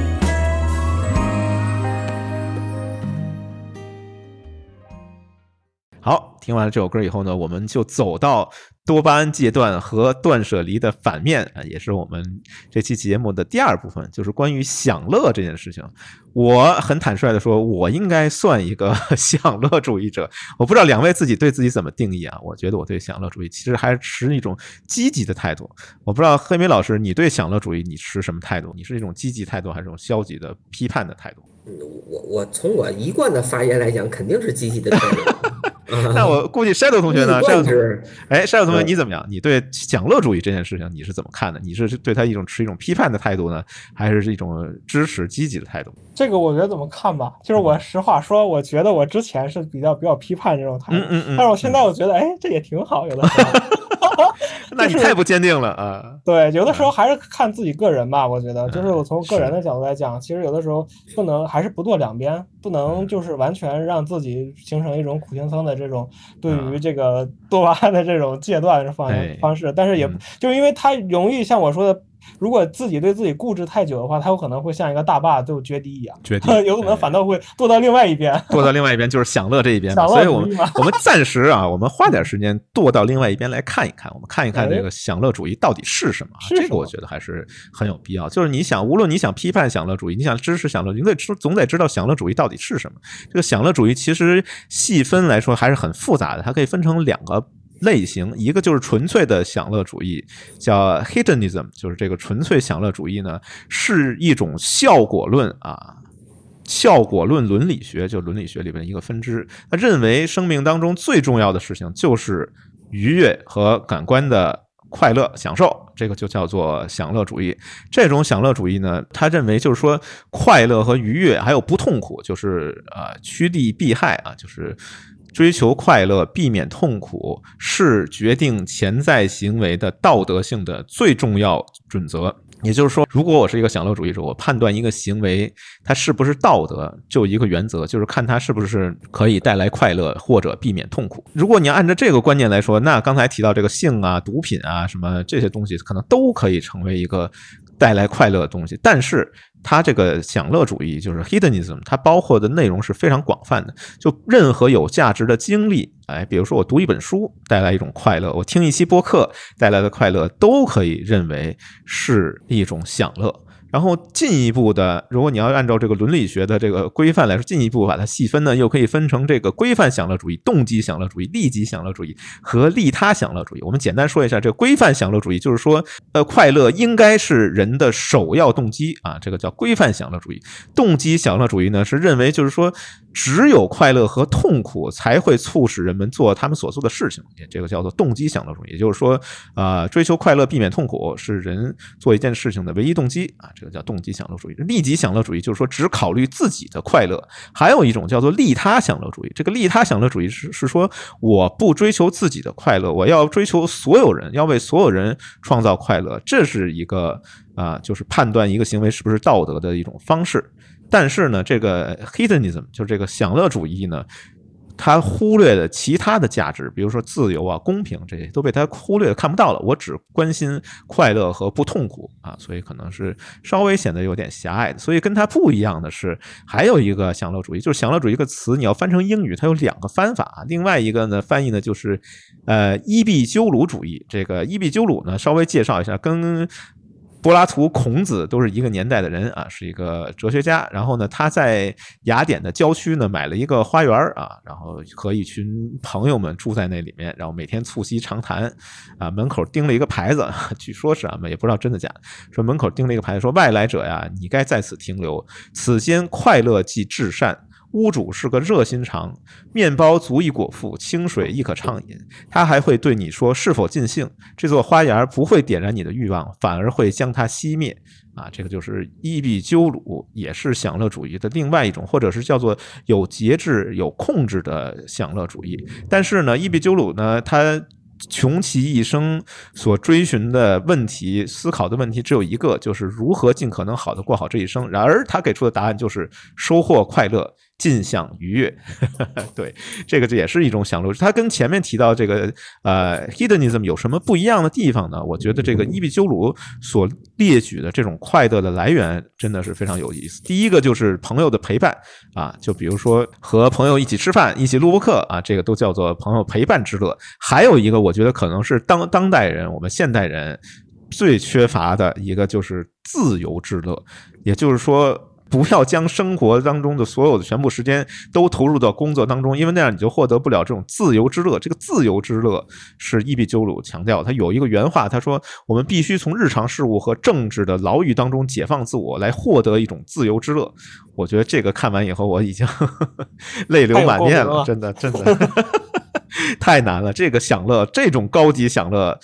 好，听完了这首歌以后呢，我们就走到多巴胺戒断和断舍离的反面啊，也是我们这期节目的第二部分，就是关于享乐这件事情。我很坦率的说，我应该算一个享乐主义者。我不知道两位自己对自己怎么定义啊？我觉得我对享乐主义其实还是持一种积极的态度。我不知道黑莓老师，你对享乐主义你持什么态度？你是一种积极态度，还是一种消极的批判的态度？ 我我从我一贯的发言来讲，肯定是积极的态度。 那我估计 Shadow 同学呢 ？Shadow 同学， 哎 ，Shadow 同学你怎么样？你对享乐主义这件事情你是怎么看的？你是对他一种持一种批判的态度呢，还是一种支持积极的态度？ 这个我觉得怎么看吧，就是我实话说，我觉得我之前是比较比较批判这种态度， 嗯嗯嗯， 但是我现在我觉得，哎，这也挺好，有的时候。 那你太不坚定了啊！ 对，有的时候还是看自己个人吧，我觉得，就是我从个人的角度来讲，其实有的时候不能还是不堕两边，不能就是完全让自己形成一种苦行僧的这种对于这个多巴胺的这种戒断方方式，但是也就是因为它容易像我说的。如果自己对自己固执太久的话，他有可能会像一个大坝就决堤一样， 决堤有可能反倒会堕到另外一边， 堕到另外一边就是享乐这一边嘛。所以我们我们暂时啊，我们花点时间堕到另外一边来看一看，我们看一看这个享乐主义到底是什么。 是什么这个我觉得还是很有必要。就是你想，无论你想批判享乐主义，你想支持享乐主义，你得总得知道享乐主义到底是什么。这个享乐主义其实细分来说还是很复杂的，它可以分成两个类型，一个就是纯粹的享乐主义，叫 hedonism， 就是这个纯粹享乐主义呢，是一种效果论啊，效果论伦理学，就伦理学里边一个分支。他认为生命当中最重要的事情就是愉悦和感官的快乐享受，这个就叫做享乐主义。这种享乐主义呢，他认为就是说快乐和愉悦还有不痛苦，就是呃趋利避害啊，就是追求快乐，避免痛苦，是决定潜在行为的道德性的最重要准则。也就是说，如果我是一个享乐主义者，我判断一个行为它是不是道德，就一个原则，就是看它是不是可以带来快乐或者避免痛苦。如果你要按照这个观念来说，那刚才提到这个性啊、毒品啊什么这些东西，可能都可以成为一个带来快乐的东西。但是它这个享乐主义就是 hedonism， 它包括的内容是非常广泛的，就任何有价值的经历，哎，比如说我读一本书带来一种快乐，我听一期播客带来的快乐，都可以认为是一种享乐。然后进一步的，如果你要按照这个伦理学的这个规范来说，进一步把它细分呢，又可以分成这个规范享乐主义、动机享乐主义、利己享乐主义和利他享乐主义。我们简单说一下，这个规范享乐主义就是说，呃，快乐应该是人的首要动机啊，这个叫规范享乐主义。动机享乐主义呢，是认为就是说，只有快乐和痛苦才会促使人们做他们所做的事情，这个叫做动机享乐主义。也就是说，呃，追求快乐、避免痛苦是人做一件事情的唯一动机啊。这个叫动机享乐主义。利己享乐主义就是说只考虑自己的快乐。还有一种叫做利他享乐主义，这个利他享乐主义是是说我不追求自己的快乐，我要追求所有人，要为所有人创造快乐，这是一个啊、呃，就是判断一个行为是不是道德的一种方式。但是呢，这个 hedonism 就是这个享乐主义呢，他忽略了其他的价值，比如说自由啊、公平，这些都被他忽略看不到了。我只关心快乐和不痛苦啊，所以可能是稍微显得有点狭隘的。所以跟他不一样的是，还有一个享乐主义，就是享乐主义一个词，你要翻成英语，它有两个翻法。另外一个呢，翻译呢就是呃伊壁鸠鲁主义。这个伊壁鸠鲁呢，稍微介绍一下，跟柏拉图、孔子都是一个年代的人啊，是一个哲学家。然后呢，他在雅典的郊区呢买了一个花园啊，然后和一群朋友们住在那里面，然后每天促膝长谈啊。门口钉了一个牌子，据说是啊，也不知道真的假的，说门口钉了一个牌子，说外来者呀，你该在此停留，此间快乐即至善。屋主是个热心肠，面包足以果腹，清水亦可畅饮。他还会对你说是否尽兴。这座花园不会点燃你的欲望，反而会将它熄灭。啊，这个就是伊壁鸠鲁，也是享乐主义的另外一种，或者是叫做有节制、有控制的享乐主义。但是呢，伊壁鸠鲁呢，他穷其一生所追寻的问题、思考的问题只有一个，就是如何尽可能好的过好这一生。然而他给出的答案就是收获快乐，尽享愉悦。对，这个这也是一种享乐。它跟前面提到这个呃 hedonism 有什么不一样的地方呢？我觉得这个伊壁鸠鲁所列举的这种快乐的来源真的是非常有意思。第一个就是朋友的陪伴啊，就比如说和朋友一起吃饭、一起录播课啊，这个都叫做朋友陪伴之乐。还有一个我觉得可能是当当代人，我们现代人最缺乏的一个就是自由之乐，也就是说，不要将生活当中的所有的全部时间都投入到工作当中，因为那样你就获得不了这种自由之乐。这个自由之乐是伊壁鸠鲁强调，他有一个原话，他说我们必须从日常事务和政治的牢狱当中解放自我，来获得一种自由之乐。我觉得这个看完以后，我已经呵呵泪流满面了，真的真的太难了。这个享乐，这种高级享乐，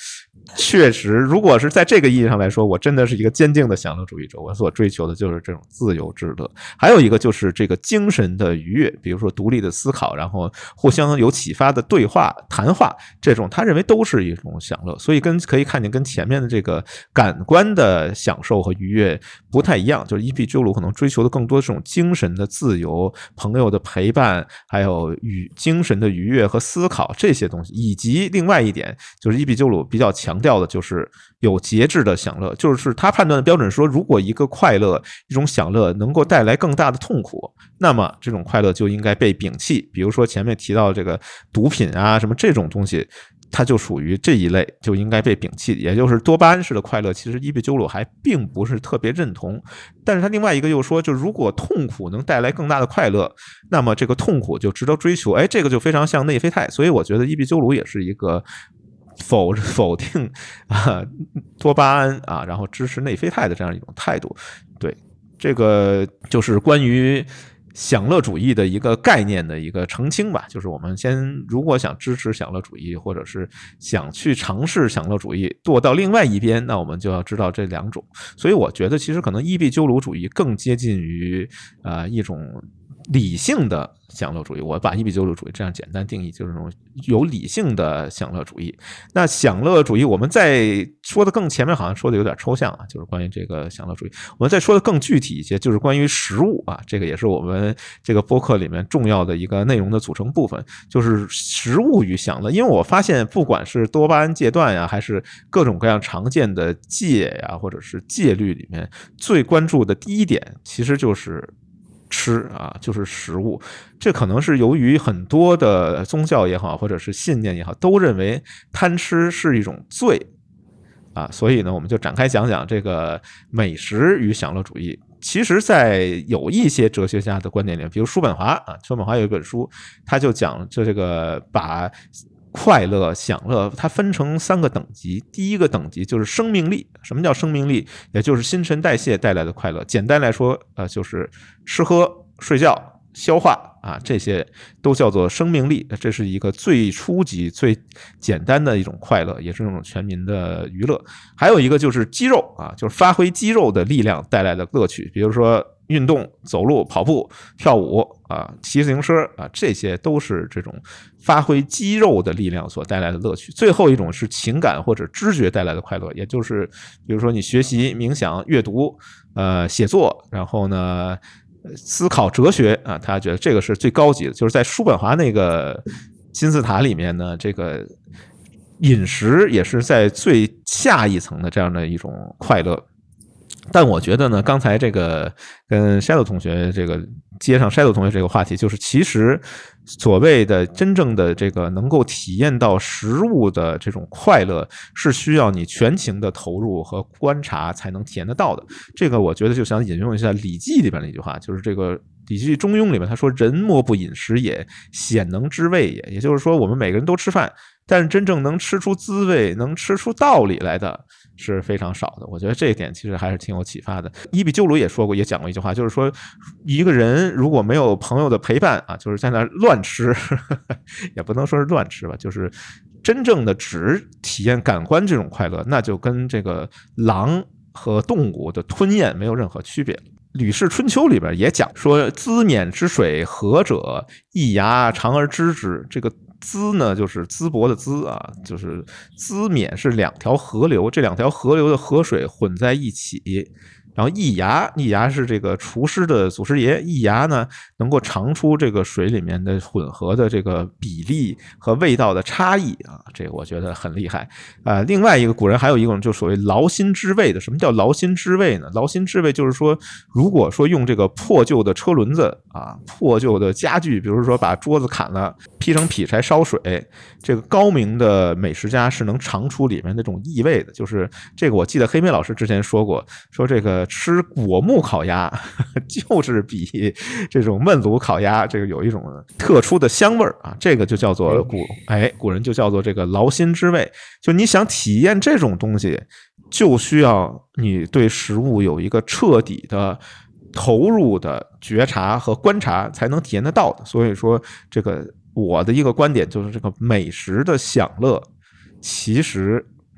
确实，如果是在这个意义上来说，我真的是一个坚定的享乐主义者。我所追求的就是这种自由之乐。还有一个就是这个精神的愉悦，比如说独立的思考，然后互相有启发的对话、谈话，这种他认为都是一种享乐。所以跟可以看见跟前面的这个感官的享受和愉悦不太一样，就是伊壁鸠鲁可能追求的更多这种精神的自由、朋友的陪伴，还有与精神的愉悦和思考这些东西，以及另外一点就是伊壁鸠鲁比较强调的就是有节制的享乐，就是他判断的标准说，如果一个快乐、一种享乐能够带来更大的痛苦，那么这种快乐就应该被摒弃。比如说前面提到这个毒品啊什么这种东西，它就属于这一类，就应该被摒弃。也就是多巴胺式的快乐，其实伊壁鸠鲁还并不是特别认同。但是他另外一个又说，就如果痛苦能带来更大的快乐，那么这个痛苦就值得追求。哎，这个就非常像内啡肽。所以我觉得伊壁鸠鲁也是一个否否定啊多巴胺啊，然后支持内啡肽的这样一种态度。对，这个就是关于享乐主义的一个概念的一个澄清吧，就是我们先如果想支持享乐主义，或者是想去尝试享乐主义堕到另外一边，那我们就要知道这两种。所以我觉得其实可能伊壁鸠鲁主义更接近于呃一种理性的享乐主义，我把伊壁鸠鲁主义这样简单定义，就是这种有理性的享乐主义。那享乐主义我们再说的更前面好像说的有点抽象啊，就是关于这个享乐主义，我们再说的更具体一些，就是关于食物啊，这个也是我们这个播客里面重要的一个内容的组成部分，就是食物与享乐。因为我发现不管是多巴胺戒断呀，还是各种各样常见的戒呀，或者是戒律里面，最关注的第一点其实就是吃啊，就是食物。这可能是由于很多的宗教也好，或者是信念也好，都认为贪吃是一种罪啊，所以呢，我们就展开讲讲这个美食与享乐主义。其实在有一些哲学家的观点里面，比如叔本华啊，叔本华有一本书，他就讲这这个把快乐、享乐它分成三个等级。第一个等级就是生命力。什么叫生命力？也就是新陈代谢带来的快乐。简单来说，呃，就是吃喝、睡觉、消化啊，这些都叫做生命力。这是一个最初级、最简单的一种快乐，也是一种全民的娱乐。还有一个就是肌肉啊，就是发挥肌肉的力量带来的乐趣，比如说运动、走路、跑步、跳舞啊、骑自行车啊，这些都是这种发挥肌肉的力量所带来的乐趣。最后一种是情感或者知觉带来的快乐，也就是比如说你学习、冥想、阅读、呃写作，然后呢思考哲学啊，他觉得这个是最高级的。就是在叔本华那个金字塔里面呢，这个饮食也是在最下一层的这样的一种快乐。但我觉得呢，刚才这个跟 Shadow 同学这个接上 Shadow 同学这个话题，就是其实所谓的真正的这个能够体验到食物的这种快乐，是需要你全情的投入和观察才能体验得到的。这个我觉得就想引用一下《礼记》里边的一句话，就是这个《礼记·中庸》里面他说：“人莫不饮食也，鲜能知味也。”也就是说，我们每个人都吃饭，但是真正能吃出滋味、能吃出道理来的是非常少的。我觉得这一点其实还是挺有启发的。伊壁鸠鲁也说过，也讲过一句话，就是说，一个人如果没有朋友的陪伴啊，就是在那乱吃，呵呵也不能说是乱吃吧，就是真正的只体验感官这种快乐，那就跟这个狼和动物的吞咽没有任何区别了。《吕氏春秋》里边也讲说：“滋冕之水何者？易牙长而知之。”这个滋呢，就是淄博的淄啊，就是滋冕是两条河流，这两条河流的河水混在一起。然后易牙，易牙是这个厨师的祖师爷，易牙呢能够尝出这个水里面的混合的这个比例和味道的差异啊，这个我觉得很厉害啊、呃。另外一个古人还有一种就所谓劳心之味的。什么叫劳心之味呢？劳心之味就是说，如果说用这个破旧的车轮子啊、破旧的家具，比如说把桌子砍了，劈成劈柴烧水，这个高明的美食家是能尝出里面那种异味的。就是这个，我记得黑莓老师之前说过，说这个吃果木烤鸭就是比这种焖炉烤鸭这个有一种特殊的香味啊，这个就叫做古哎古人就叫做这个劳心之味。就你想体验这种东西，就需要你对食物有一个彻底的投入的觉察和观察才能体验得到的。所以说这个我的一个观点就是，这个美食的享乐其实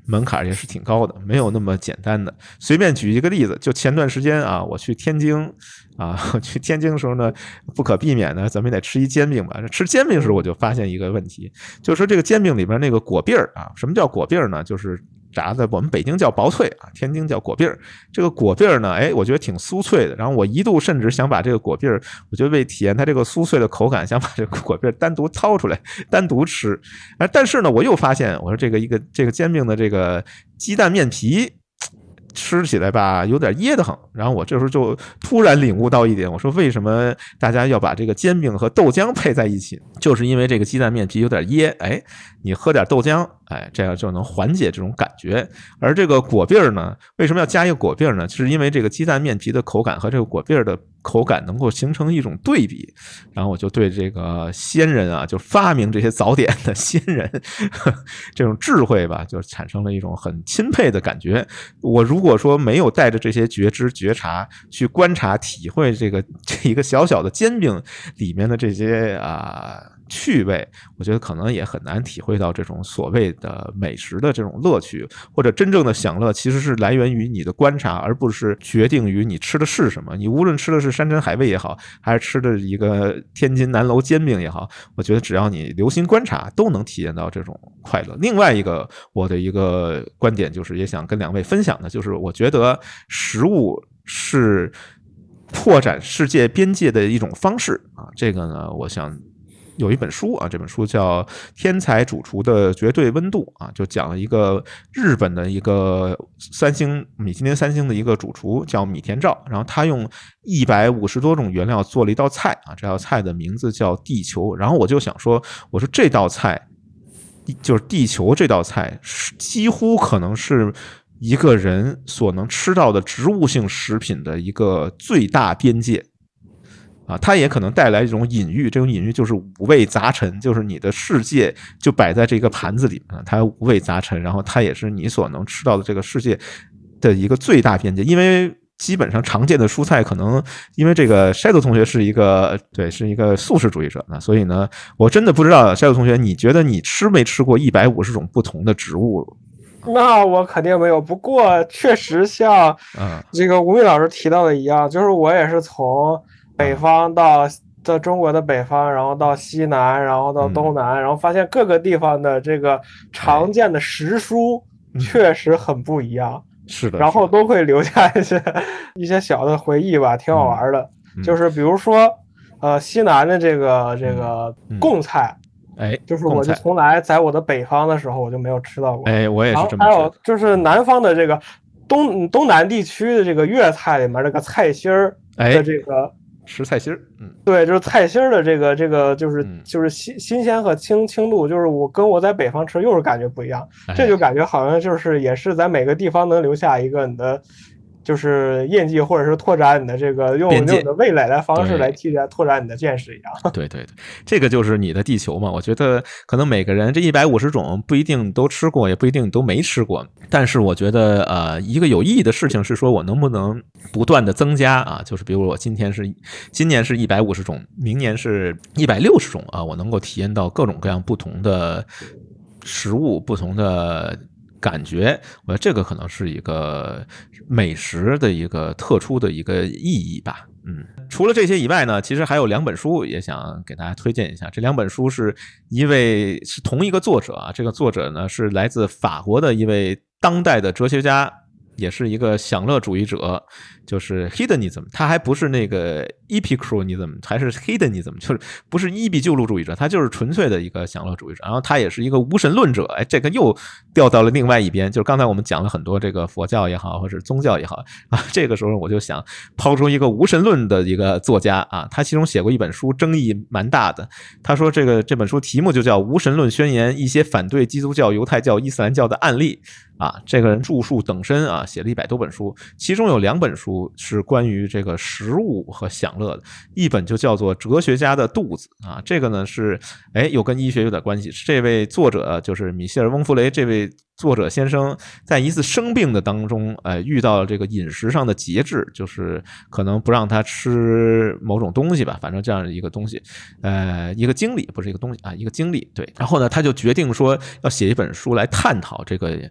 门槛也是挺高的，没有那么简单的。随便举一个例子，就前段时间啊，我去天津啊，我去天津的时候呢，不可避免的，咱们也得吃一煎饼吧。吃煎饼的时候，我就发现一个问题，就是说这个煎饼里边那个果篦儿啊，什么叫果篦儿呢？就是炸的，我们北京叫薄脆啊，天津叫果篦儿。这个果篦儿呢，哎，我觉得挺酥脆的。然后我一度甚至想把这个果篦儿，我就为体验它这个酥脆的口感，想把这个果篦儿单独掏出来，单独吃。啊，但是呢，我又发现，我说这个一个这个煎饼的这个鸡蛋面皮吃起来吧有点噎得很。然后我这时候就突然领悟到一点，我说为什么大家要把这个煎饼和豆浆配在一起，就是因为这个鸡蛋面皮有点噎，哎，你喝点豆浆，哎，这样就能缓解这种感觉。而这个果篦呢，为什么要加一个果篦呢？是因为这个鸡蛋面皮的口感和这个果篦的口感能够形成一种对比。然后我就对这个先人啊，就发明这些早点的先人呵这种智慧吧，就产生了一种很钦佩的感觉。我如果说没有带着这些觉知觉察去观察体会这个这一个小小的煎饼里面的这些啊趣味，我觉得可能也很难体会到这种所谓的美食的这种乐趣，或者真正的享乐其实是来源于你的观察，而不是决定于你吃的是什么。你无论吃的是山珍海味也好，还是吃的一个天津南楼煎饼也好，我觉得只要你留心观察，都能体验到这种快乐。另外一个我的一个观点就是也想跟两位分享的，就是我觉得食物是拓展世界边界的一种方式啊。这个呢，我想有一本书啊，这本书叫《天才主厨的绝对温度》啊，就讲了一个日本的一个三星米其林三星的一个主厨叫米田照，然后他用一百五十多种原料做了一道菜啊，这道菜的名字叫地球。然后我就想说，我说这道菜就是地球这道菜，几乎可能是一个人所能吃到的植物性食品的一个最大边界。啊，它也可能带来一种隐喻，这种隐喻就是五味杂陈，就是你的世界就摆在这个盘子里啊，它五味杂陈，然后它也是你所能吃到的这个世界的一个最大边界。因为基本上常见的蔬菜，可能因为这个筛头同学是一个对是一个素食主义者呢，所以呢，我真的不知道筛头同学，你觉得你吃没吃过一百五十种不同的植物？ 那我肯定没有，不过确实像这个吴敏老师提到的一样，就是我也是从北方到到中国的北方，然后到西南，然后到东南，嗯、然后发现各个地方的这个常见的食蔬确实很不一样， 嗯、是的， 然后都会留下一些一些小的回忆吧，挺好玩的。嗯、就是比如说，呃，西南的这个这个贡菜。 哎， 就是我就从来在我的北方的时候我就没有吃到过。 哎，我也是这么。 还有就是南方的这个东东南地区的这个粤菜里面这个菜心儿的这个。哎食菜心儿，嗯， 对，就是菜心儿的这个这个就是、嗯、就是新新鲜和轻轻度，就是我跟我在北方吃又是感觉不一样，哎、这就感觉好像就是也是在每个地方能留下一个你的就是印记，或者是拓展你的这个用用你的味蕾的方式来替代拓展你的见识一样。 对对对，这个就是你的地球嘛。我觉得可能每个人这一百五十种不一定都吃过，也不一定都没吃过。但是我觉得呃，一个有意义的事情是说我能不能不断的增加啊？就是比如我今天是今年是一百五十种，明年是一百六十种啊，我能够体验到各种各样不同的食物，不同的感觉，我觉得这个可能是一个美食的一个特殊的一个意义吧。嗯，除了这些以外呢，其实还有两本书也想给大家推荐一下。这两本书是一位是同一个作者啊，这个作者呢是来自法国的一位当代的哲学家，也是一个享乐主义者，就是 hedonism， 他还不是那个 epicureanism， 还是 hedonism， 就是不是伊壁鸠鲁主义者，他就是纯粹的一个享乐主义者。然后他也是一个无神论者，哎，这个又掉到了另外一边。就是刚才我们讲了很多这个佛教也好，或者宗教也好啊，这个时候我就想抛出一个无神论的一个作家啊，他其中写过一本书，争议蛮大的。他说这个这本书题目就叫《无神论宣言：一些反对基督教、犹太教、伊斯兰教的案例》。啊，这个人著述等身啊，写了一百多本书，其中有两本书是关于这个食物和享乐的，一本就叫做《哲学家的肚子》啊，这个呢是哎又跟医学有点关系，这位作者就是米歇尔·翁弗雷这位作者先生，在一次生病的当中，呃，遇到了这个饮食上的节制，就是可能不让他吃某种东西吧，反正这样一个东西，呃，一个经历，不是一个东西啊，一个经历，对。然后呢，他就决定说要写一本书来探讨这个。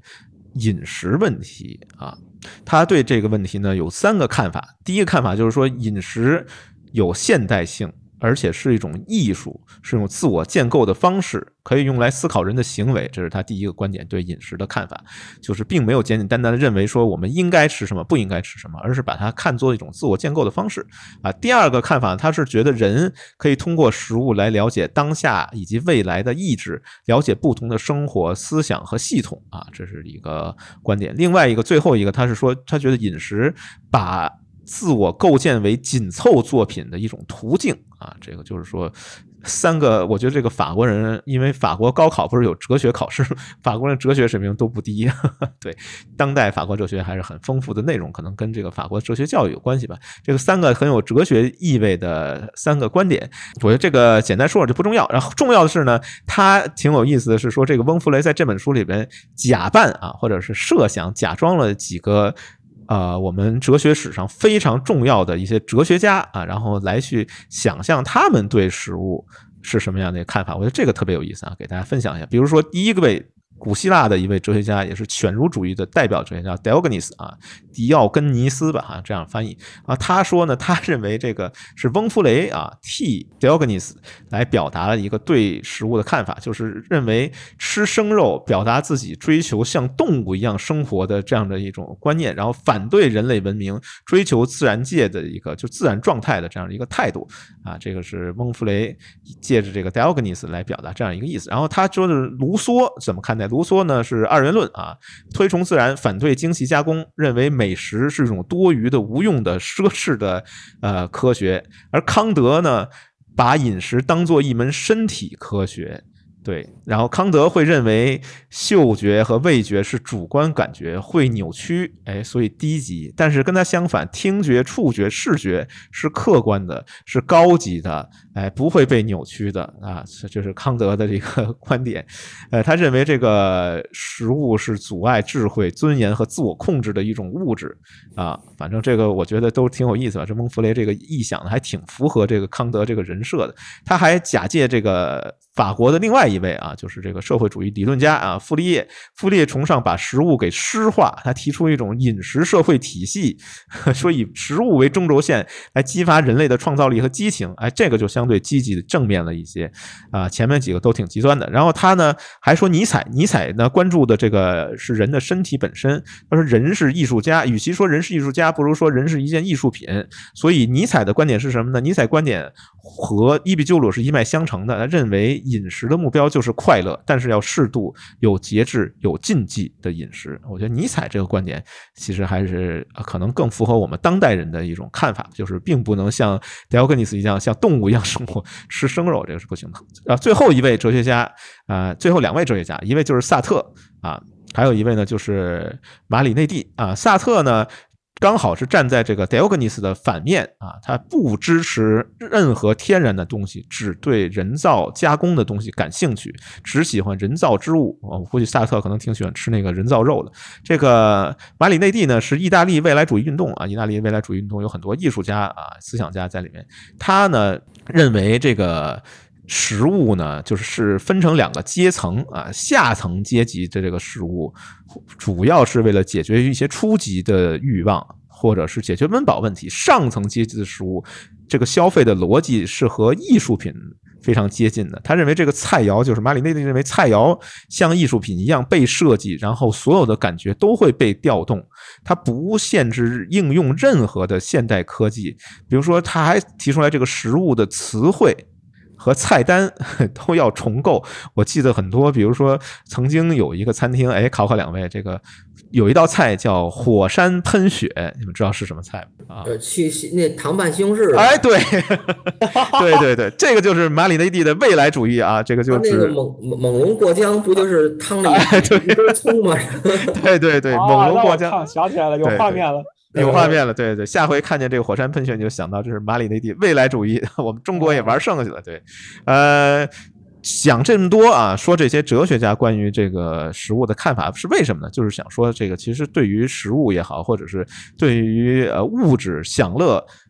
饮食问题啊。他对这个问题呢有三个看法。第一个看法就是说，饮食有现代性，而且是一种艺术，是一种自我建构的方式，可以用来思考人的行为。这是他第一个观点对饮食的看法，就是并没有简简单单的认为说我们应该吃什么不应该吃什么，而是把它看作一种自我建构的方式啊。第二个看法，他是觉得人可以通过食物来了解当下以及未来的意志，了解不同的生活思想和系统啊，这是一个观点。另外一个最后一个，他是说他觉得饮食把自我构建为紧凑作品的一种途径啊，这个就是说三个，我觉得这个法国人，因为法国高考不是有哲学考试，法国人哲学水平都不低，呵呵对，当代法国哲学还是很丰富的内容，可能跟这个法国哲学教育有关系吧。这个三个很有哲学意味的三个观点，我觉得这个简单说说就不重要。然后重要的是呢，他挺有意思的是说，这个翁弗雷在这本书里边假扮啊，或者是设想假装了几个。呃，我们哲学史上非常重要的一些哲学家啊，然后来去想象他们对食物是什么样的看法，我觉得这个特别有意思啊，给大家分享一下。比如说第一个位古希腊的一位哲学家，也是犬儒主义的代表哲学家 Diogenes 啊，狄奥根尼斯吧，哈，这样翻译啊。他说呢，他认为这个是翁弗雷啊替 Diogenes 来表达了一个对食物的看法，就是认为吃生肉表达自己追求像动物一样生活的这样的一种观念，然后反对人类文明追求自然界的一个就自然状态的这样的一个态度啊。这个是翁弗雷借着这个 Diogenes 来表达这样一个意思。然后他说的卢梭怎么看待？卢梭呢是二元论啊，推崇自然，反对精细加工，认为美食是一种多余的、无用的、奢侈的呃科学。而康德呢，把饮食当作一门身体科学。对，然后康德会认为嗅觉和味觉是主观感觉，会扭曲，哎，所以低级。但是跟他相反，听觉、触觉、视觉是客观的，是高级的，哎，不会被扭曲的啊。这是康德的这个观点。呃，他认为这个食物是阻碍智慧、尊严和自我控制的一种物质啊。反正这个我觉得都挺有意思吧。这翁弗雷这个臆想还挺符合这个康德这个人设的。他还假借这个法国的另外一位啊，就是这个社会主义理论家啊，傅立叶。傅立叶崇尚把食物给诗化，他提出一种饮食社会体系，说以食物为中轴线来激发人类的创造力和激情。哎，这个就相对积极的正面了一些啊。前面几个都挺极端的。然后他呢还说尼采，尼采呢关注的这个是人的身体本身。他说人是艺术家，与其说人是艺术家，不如说人是一件艺术品。所以尼采的观点是什么呢？尼采观点和伊壁鸠鲁是一脉相承的。他认为饮食的目标就是快乐，但是要适度、有节制、有禁忌的饮食。我觉得尼采这个观点其实还是可能更符合我们当代人的一种看法，就是并不能像狄奥根尼斯一样像动物一样生活，吃生肉，这个是不行的。啊，最后一位哲学家啊、呃，最后两位哲学家，一位就是萨特啊，还有一位呢就是马里内蒂啊。萨特呢刚好是站在这个 Diogenes 的反面啊，他不支持任何天然的东西，只对人造加工的东西感兴趣，只喜欢人造之物。我估计萨特可能挺喜欢吃那个人造肉的。这个马里内蒂呢是意大利未来主义运动啊，意大利未来主义运动有很多艺术家啊、思想家在里面。他呢认为这个食物呢，就是分成两个阶层啊，下层阶级的这个食物，主要是为了解决一些初级的欲望，或者是解决温饱问题。上层阶级的食物，这个消费的逻辑是和艺术品非常接近的。他认为这个菜肴，就是马里内蒂认为菜肴像艺术品一样被设计，然后所有的感觉都会被调动，它不限制应用任何的现代科技。比如说，他还提出来这个食物的词汇和菜单都要重构。我记得很多，比如说曾经有一个餐厅，哎，考考两位，这个有一道菜叫火山喷雪，你们知道是什么菜吗？啊， 呃，去那糖拌西红柿。 哎，对，对对对，这个就是马里内蒂的未来主义啊，这个就是那个猛猛龙过江，不就是汤里一根葱吗？ 对对对，猛龙过江， 想起来了，有画面了。 有画面了，对对，下回看见这个火山喷雪，你就想到这是马里内蒂未来主义，我们中国也玩剩下了，对，呃，想这么多啊，说这些哲学家关于这个食物的看法是为什么呢？就是想说这个其实对于食物也好，或者是对于呃物质享乐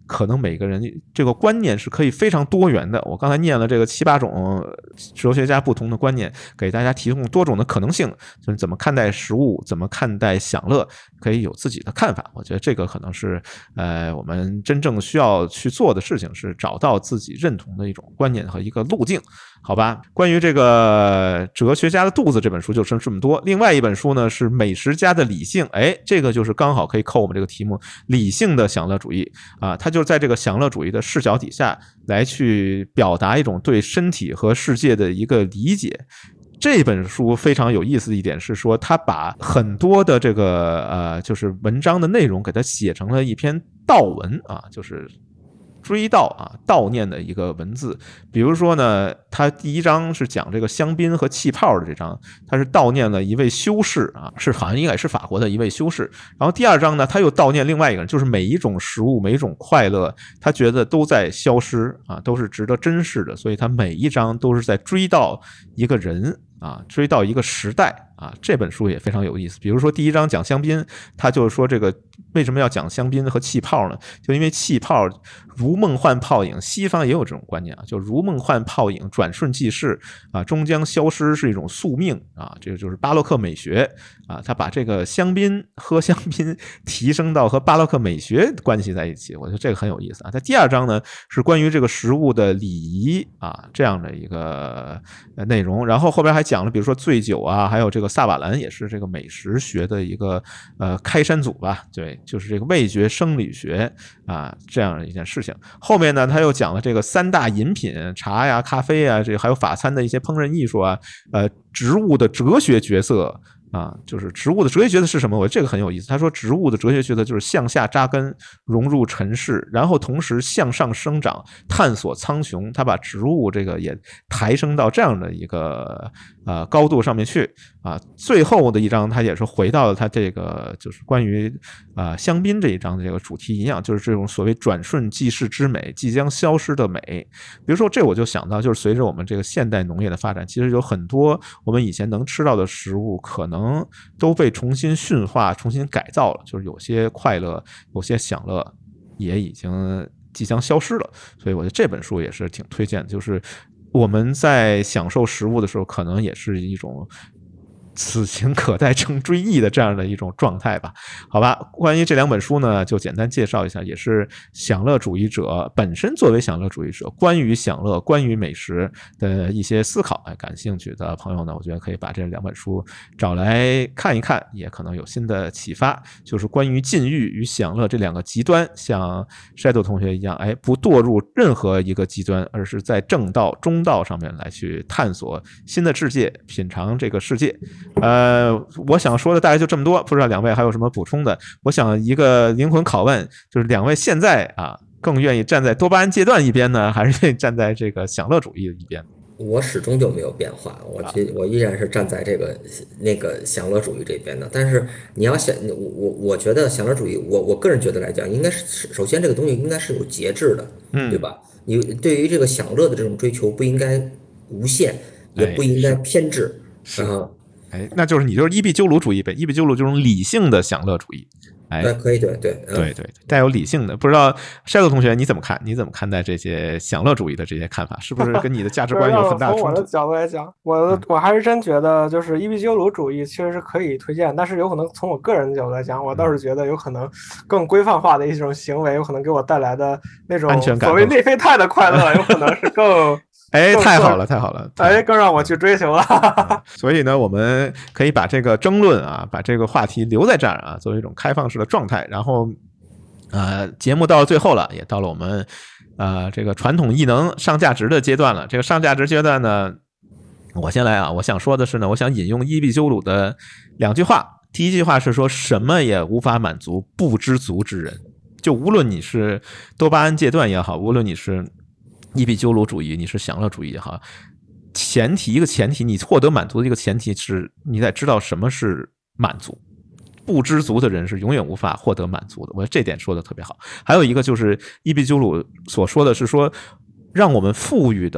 可能每个人这个观念是可以非常多元的。我刚才念了这个七八种哲学家不同的观念，给大家提供多种的可能性，就是怎么看待食物，怎么看待享乐，可以有自己的看法。我觉得这个可能是呃我们真正需要去做的事情，是找到自己认同的一种观念和一个路径，好吧？关于这个哲学家的肚子这本书就剩这么多。另外一本书呢是美食家的理性，哎，这个就是刚好可以扣我们这个题目，理性的享乐主义啊，它就在这个享乐主义的视角底下来去表达一种对身体和世界的一个理解。这本书非常有意思的一点是说，他把很多的这个呃，就是文章的内容给它写成了一篇悼文啊，就是追悼啊悼念的一个文字。比如说呢，他第一章是讲这个香槟和气泡的这章，他是悼念了一位修士啊，是好像应该是法国的一位修士。然后第二章呢，他又悼念另外一个人，就是每一种食物每一种快乐他觉得都在消失啊，都是值得珍视的，所以他每一章都是在追悼一个人啊，追悼一个时代啊。这本书也非常有意思。比如说第一章讲香槟，他就是说这个为什么要讲香槟和气泡呢？就因为气泡如梦幻泡影，西方也有这种观念啊，就如梦幻泡影，转瞬即逝啊，终将消失是一种宿命啊，这个就是巴洛克美学啊，他把这个香槟喝香槟提升到和巴洛克美学关系在一起，我觉得这个很有意思啊。在第二章呢是关于这个食物的礼仪啊这样的一个内容，然后后边还讲了比如说醉酒啊，还有这个萨瓦兰也是这个美食学的一个呃开山祖吧，对，就是这个味觉生理学啊这样一件事情。后面呢他又讲了这个三大饮品，茶呀、咖啡啊，这还有法餐的一些烹饪艺术啊，呃，植物的哲学角色啊，就是植物的哲学角色是什么？我这个很有意思。他说植物的哲学角色就是向下扎根，融入尘世，然后同时向上生长，探索苍穹。他把植物这个也抬升到这样的一个呃高度上面去啊。最后的一章他也是回到了他这个就是关于啊、呃、香槟这一章的这个主题一样，就是这种所谓转瞬即逝之美，即将消失的美。比如说这我就想到，就是随着我们这个现代农业的发展，其实有很多我们以前能吃到的食物可能都被重新驯化重新改造了，就是有些快乐有些享乐也已经即将消失了。所以我觉得这本书也是挺推荐的，就是我们在享受食物的时候可能也是一种此情可待成追忆的这样的一种状态吧。好吧，关于这两本书呢就简单介绍一下，也是享乐主义者本身作为享乐主义者关于享乐关于美食的一些思考。哎，感兴趣的朋友呢我觉得可以把这两本书找来看一看，也可能有新的启发，就是关于禁欲与享乐这两个极端，像 Shadow 同学一样，哎，不堕入任何一个极端，而是在正道中道上面来去探索新的世界，品尝这个世界。呃，我想说的大概就这么多，不知道两位还有什么补充的。我想一个灵魂拷问，就是两位现在啊更愿意站在多巴胺戒断一边呢，还是愿意站在这个享乐主义的一边？ 我始终就没有变化，我我依然是站在这个那个享乐主义这边的。但是你要想，我我我觉得享乐主义，我我个人觉得来讲，应该是首先这个东西应该是有节制的，嗯，对吧？你对于这个享乐的这种追求，不应该无限，也不应该偏执， 是啊。哎，那就是你就是伊壁鸠鲁主义呗，伊壁鸠鲁这种理性的享乐主义。哎， 可以，对对对对对，带有理性的。不知道Shadow同学你怎么看？你怎么看待这些享乐主义的这些看法？是不是跟你的价值观有很大冲突？ 从我的角度来讲，我我还是真觉得，就是伊壁鸠鲁主义其实是可以推荐，但是有可能从我个人的角度来讲，我倒是觉得有可能更规范化的一种行为，有可能给我带来的那种所谓内啡肽的快乐，有可能是更。 哎，太好了，太好了！ 哎，更让我去追求了。 所以呢，我们可以把这个争论啊，把这个话题留在这儿啊，作为一种开放式的状态。然后，呃，节目到了最后了，也到了我们呃这个传统艺能上价值的阶段了。这个上价值阶段呢，我先来啊，我想说的是呢，我想引用伊壁鸠鲁的两句话。第一句话是说，什么也无法满足不知足之人。就无论你是多巴胺戒断也好，无论你是伊壁鸠鲁主义，你是享乐主义也好，前提一个前提，你获得满足的一个前提是你得知道什么是满足。不知足的人是永远无法获得满足的，我觉得这点说的特别好。还有一个就是伊壁鸠鲁所说的是说，让我们富裕的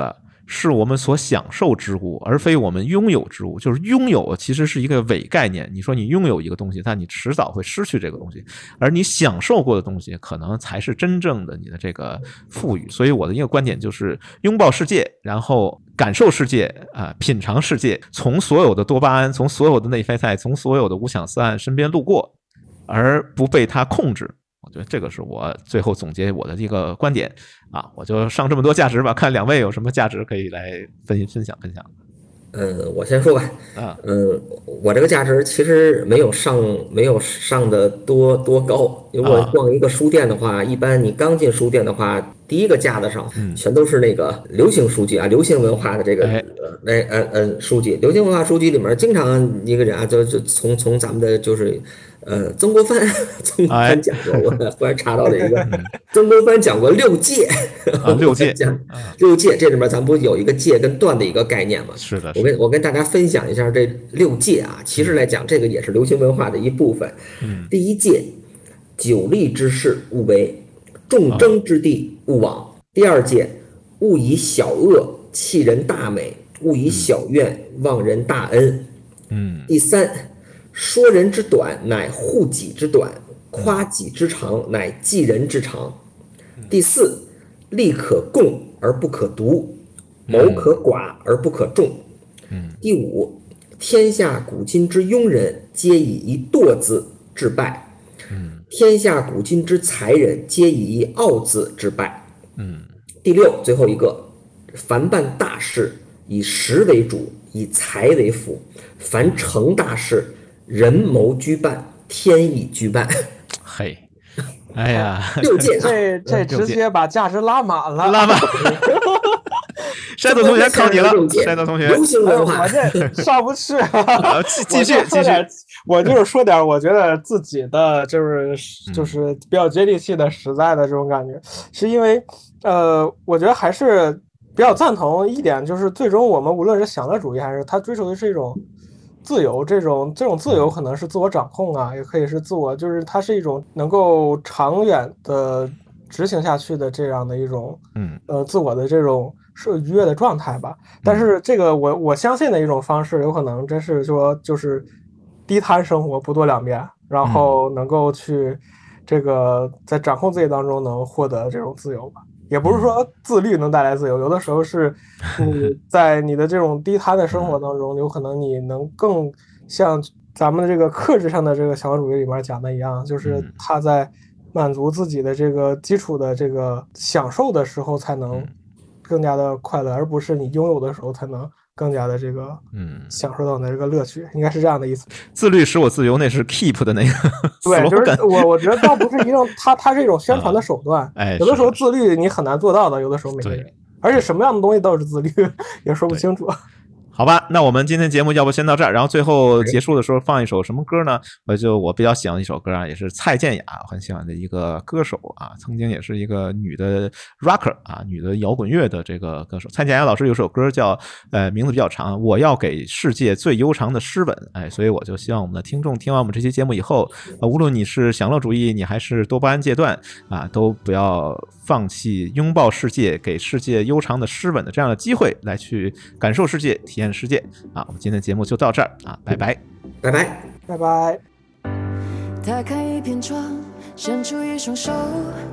是我们所享受之物，而非我们拥有之物。就是拥有其实是一个伪概念，你说你拥有一个东西，但你迟早会失去这个东西，而你享受过的东西可能才是真正的你的这个富裕。所以我的一个观点就是拥抱世界，然后感受世界啊、呃，品尝世界，从所有的多巴胺，从所有的内啡肽，从所有的五羟色胺身边路过，而不被它控制。我觉得这个是我最后总结我的一个观点啊，我就上这么多价值吧，看两位有什么价值可以来分分享分享。 嗯，我先说吧。 啊， 嗯，我这个价值其实没有上没有上的多多高。如果逛一个书店的话，一般你刚进书店的话，第一个架子上全都是那个流行书籍啊，流行文化的这个呃呃呃书籍。流行文化书籍里面，经常一个人啊，就就从从咱们的就是呃曾国藩，曾国藩讲过，我忽然查到了一个，曾国藩讲过六戒啊，六戒讲六戒，这里面咱不有一个戒跟断的一个概念吗？ 是的， 我跟我跟大家分享一下这六戒啊，其实来讲，这个也是流行文化的一部分。 嗯， 第一戒，久立之事勿为，众争之地勿往。第二戒，勿以小恶弃人大美，勿以小怨忘人大恩。 嗯， 第三，说人之短，乃护己之短；夸己之长，乃济人之长。第四，利可共而不可独，谋可寡而不可众。第五，天下古今之庸人，皆以一惰字致败；天下古今之才人，皆以一傲字致败。第六，最后一个，凡办大事，以实为主，以才为辅；凡成大事，人谋居办，天意居办。 嘿，哎呀， 六戒、啊， 这这直接把价值拉满了， 拉满。山东同学考你了，山东同学， 流行文化， 我这上不去、啊。 继继续继续， 我就是说点我觉得自己的就是就是比较接地气的、实在的这种感觉，是因为呃，我觉得还是比较赞同一点，就是最终我们无论是享乐主义还是他追求的是一种自由，这种这种自由可能是自我掌控啊，也可以是自我，就是它是一种能够长远的执行下去的这样的一种嗯呃自我的这种是愉悦的状态吧。但是这个我我相信的一种方式，有可能真是说就是低摊生活，不多两遍，然后能够去这个在掌控自己当中能获得这种自由吧。也不是说自律能带来自由，有的时候是你在你的这种低摊的生活当中，有可能你能更像咱们的这个克制上的这个享乐主义里面讲的一样，就是他在满足自己的这个基础的这个享受的时候才能更加的快乐，而不是你拥有的时候才能更加的这个嗯享受到你的这个乐趣，应该是这样的意思。 自律使我自由，那是 keep 的那个对，就是我我觉得倒不是一种它它是一种宣传的手段、啊哎、有的时候自律你很难做到的，有的时候没人，而且什么样的东西都是自律也说不清楚。 好吧，那我们今天节目要不先到这儿，然后最后结束的时候放一首什么歌呢？我就我比较喜欢一首歌啊，也是蔡健雅很喜欢的一个歌手啊，曾经也是一个女的 rocker 啊，女的摇滚乐的这个歌手。蔡健雅老师有首歌叫呃名字比较长，我要给世界最悠长的诗吻。哎，所以我就希望我们的听众听完我们这期节目以后，呃，无论你是享乐主义，你还是多巴胺戒断啊，都不要放弃拥抱世界，给世界悠长的诗吻的这样的机会，来去感受世界，体验世界啊！我们今天的节目就到这儿啊，拜拜， 拜拜， 拜拜。 打开一片窗，伸出一双手，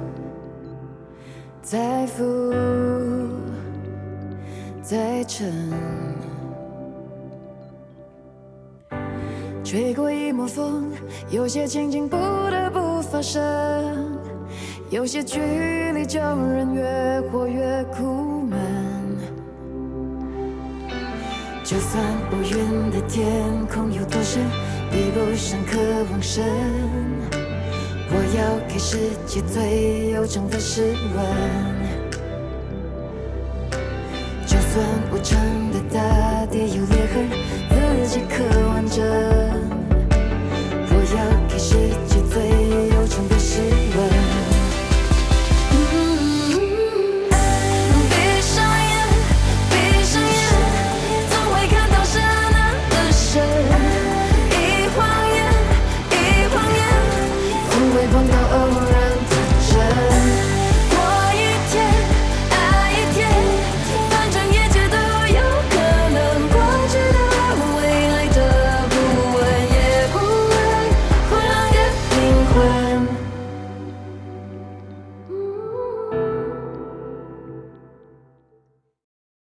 再浮再沉，吹过一抹风，有些情景不得不发生，有些距离叫人越活越苦闷。就算乌云的天空有多深，比不上渴望深。我要给世界最悠长的诗吻。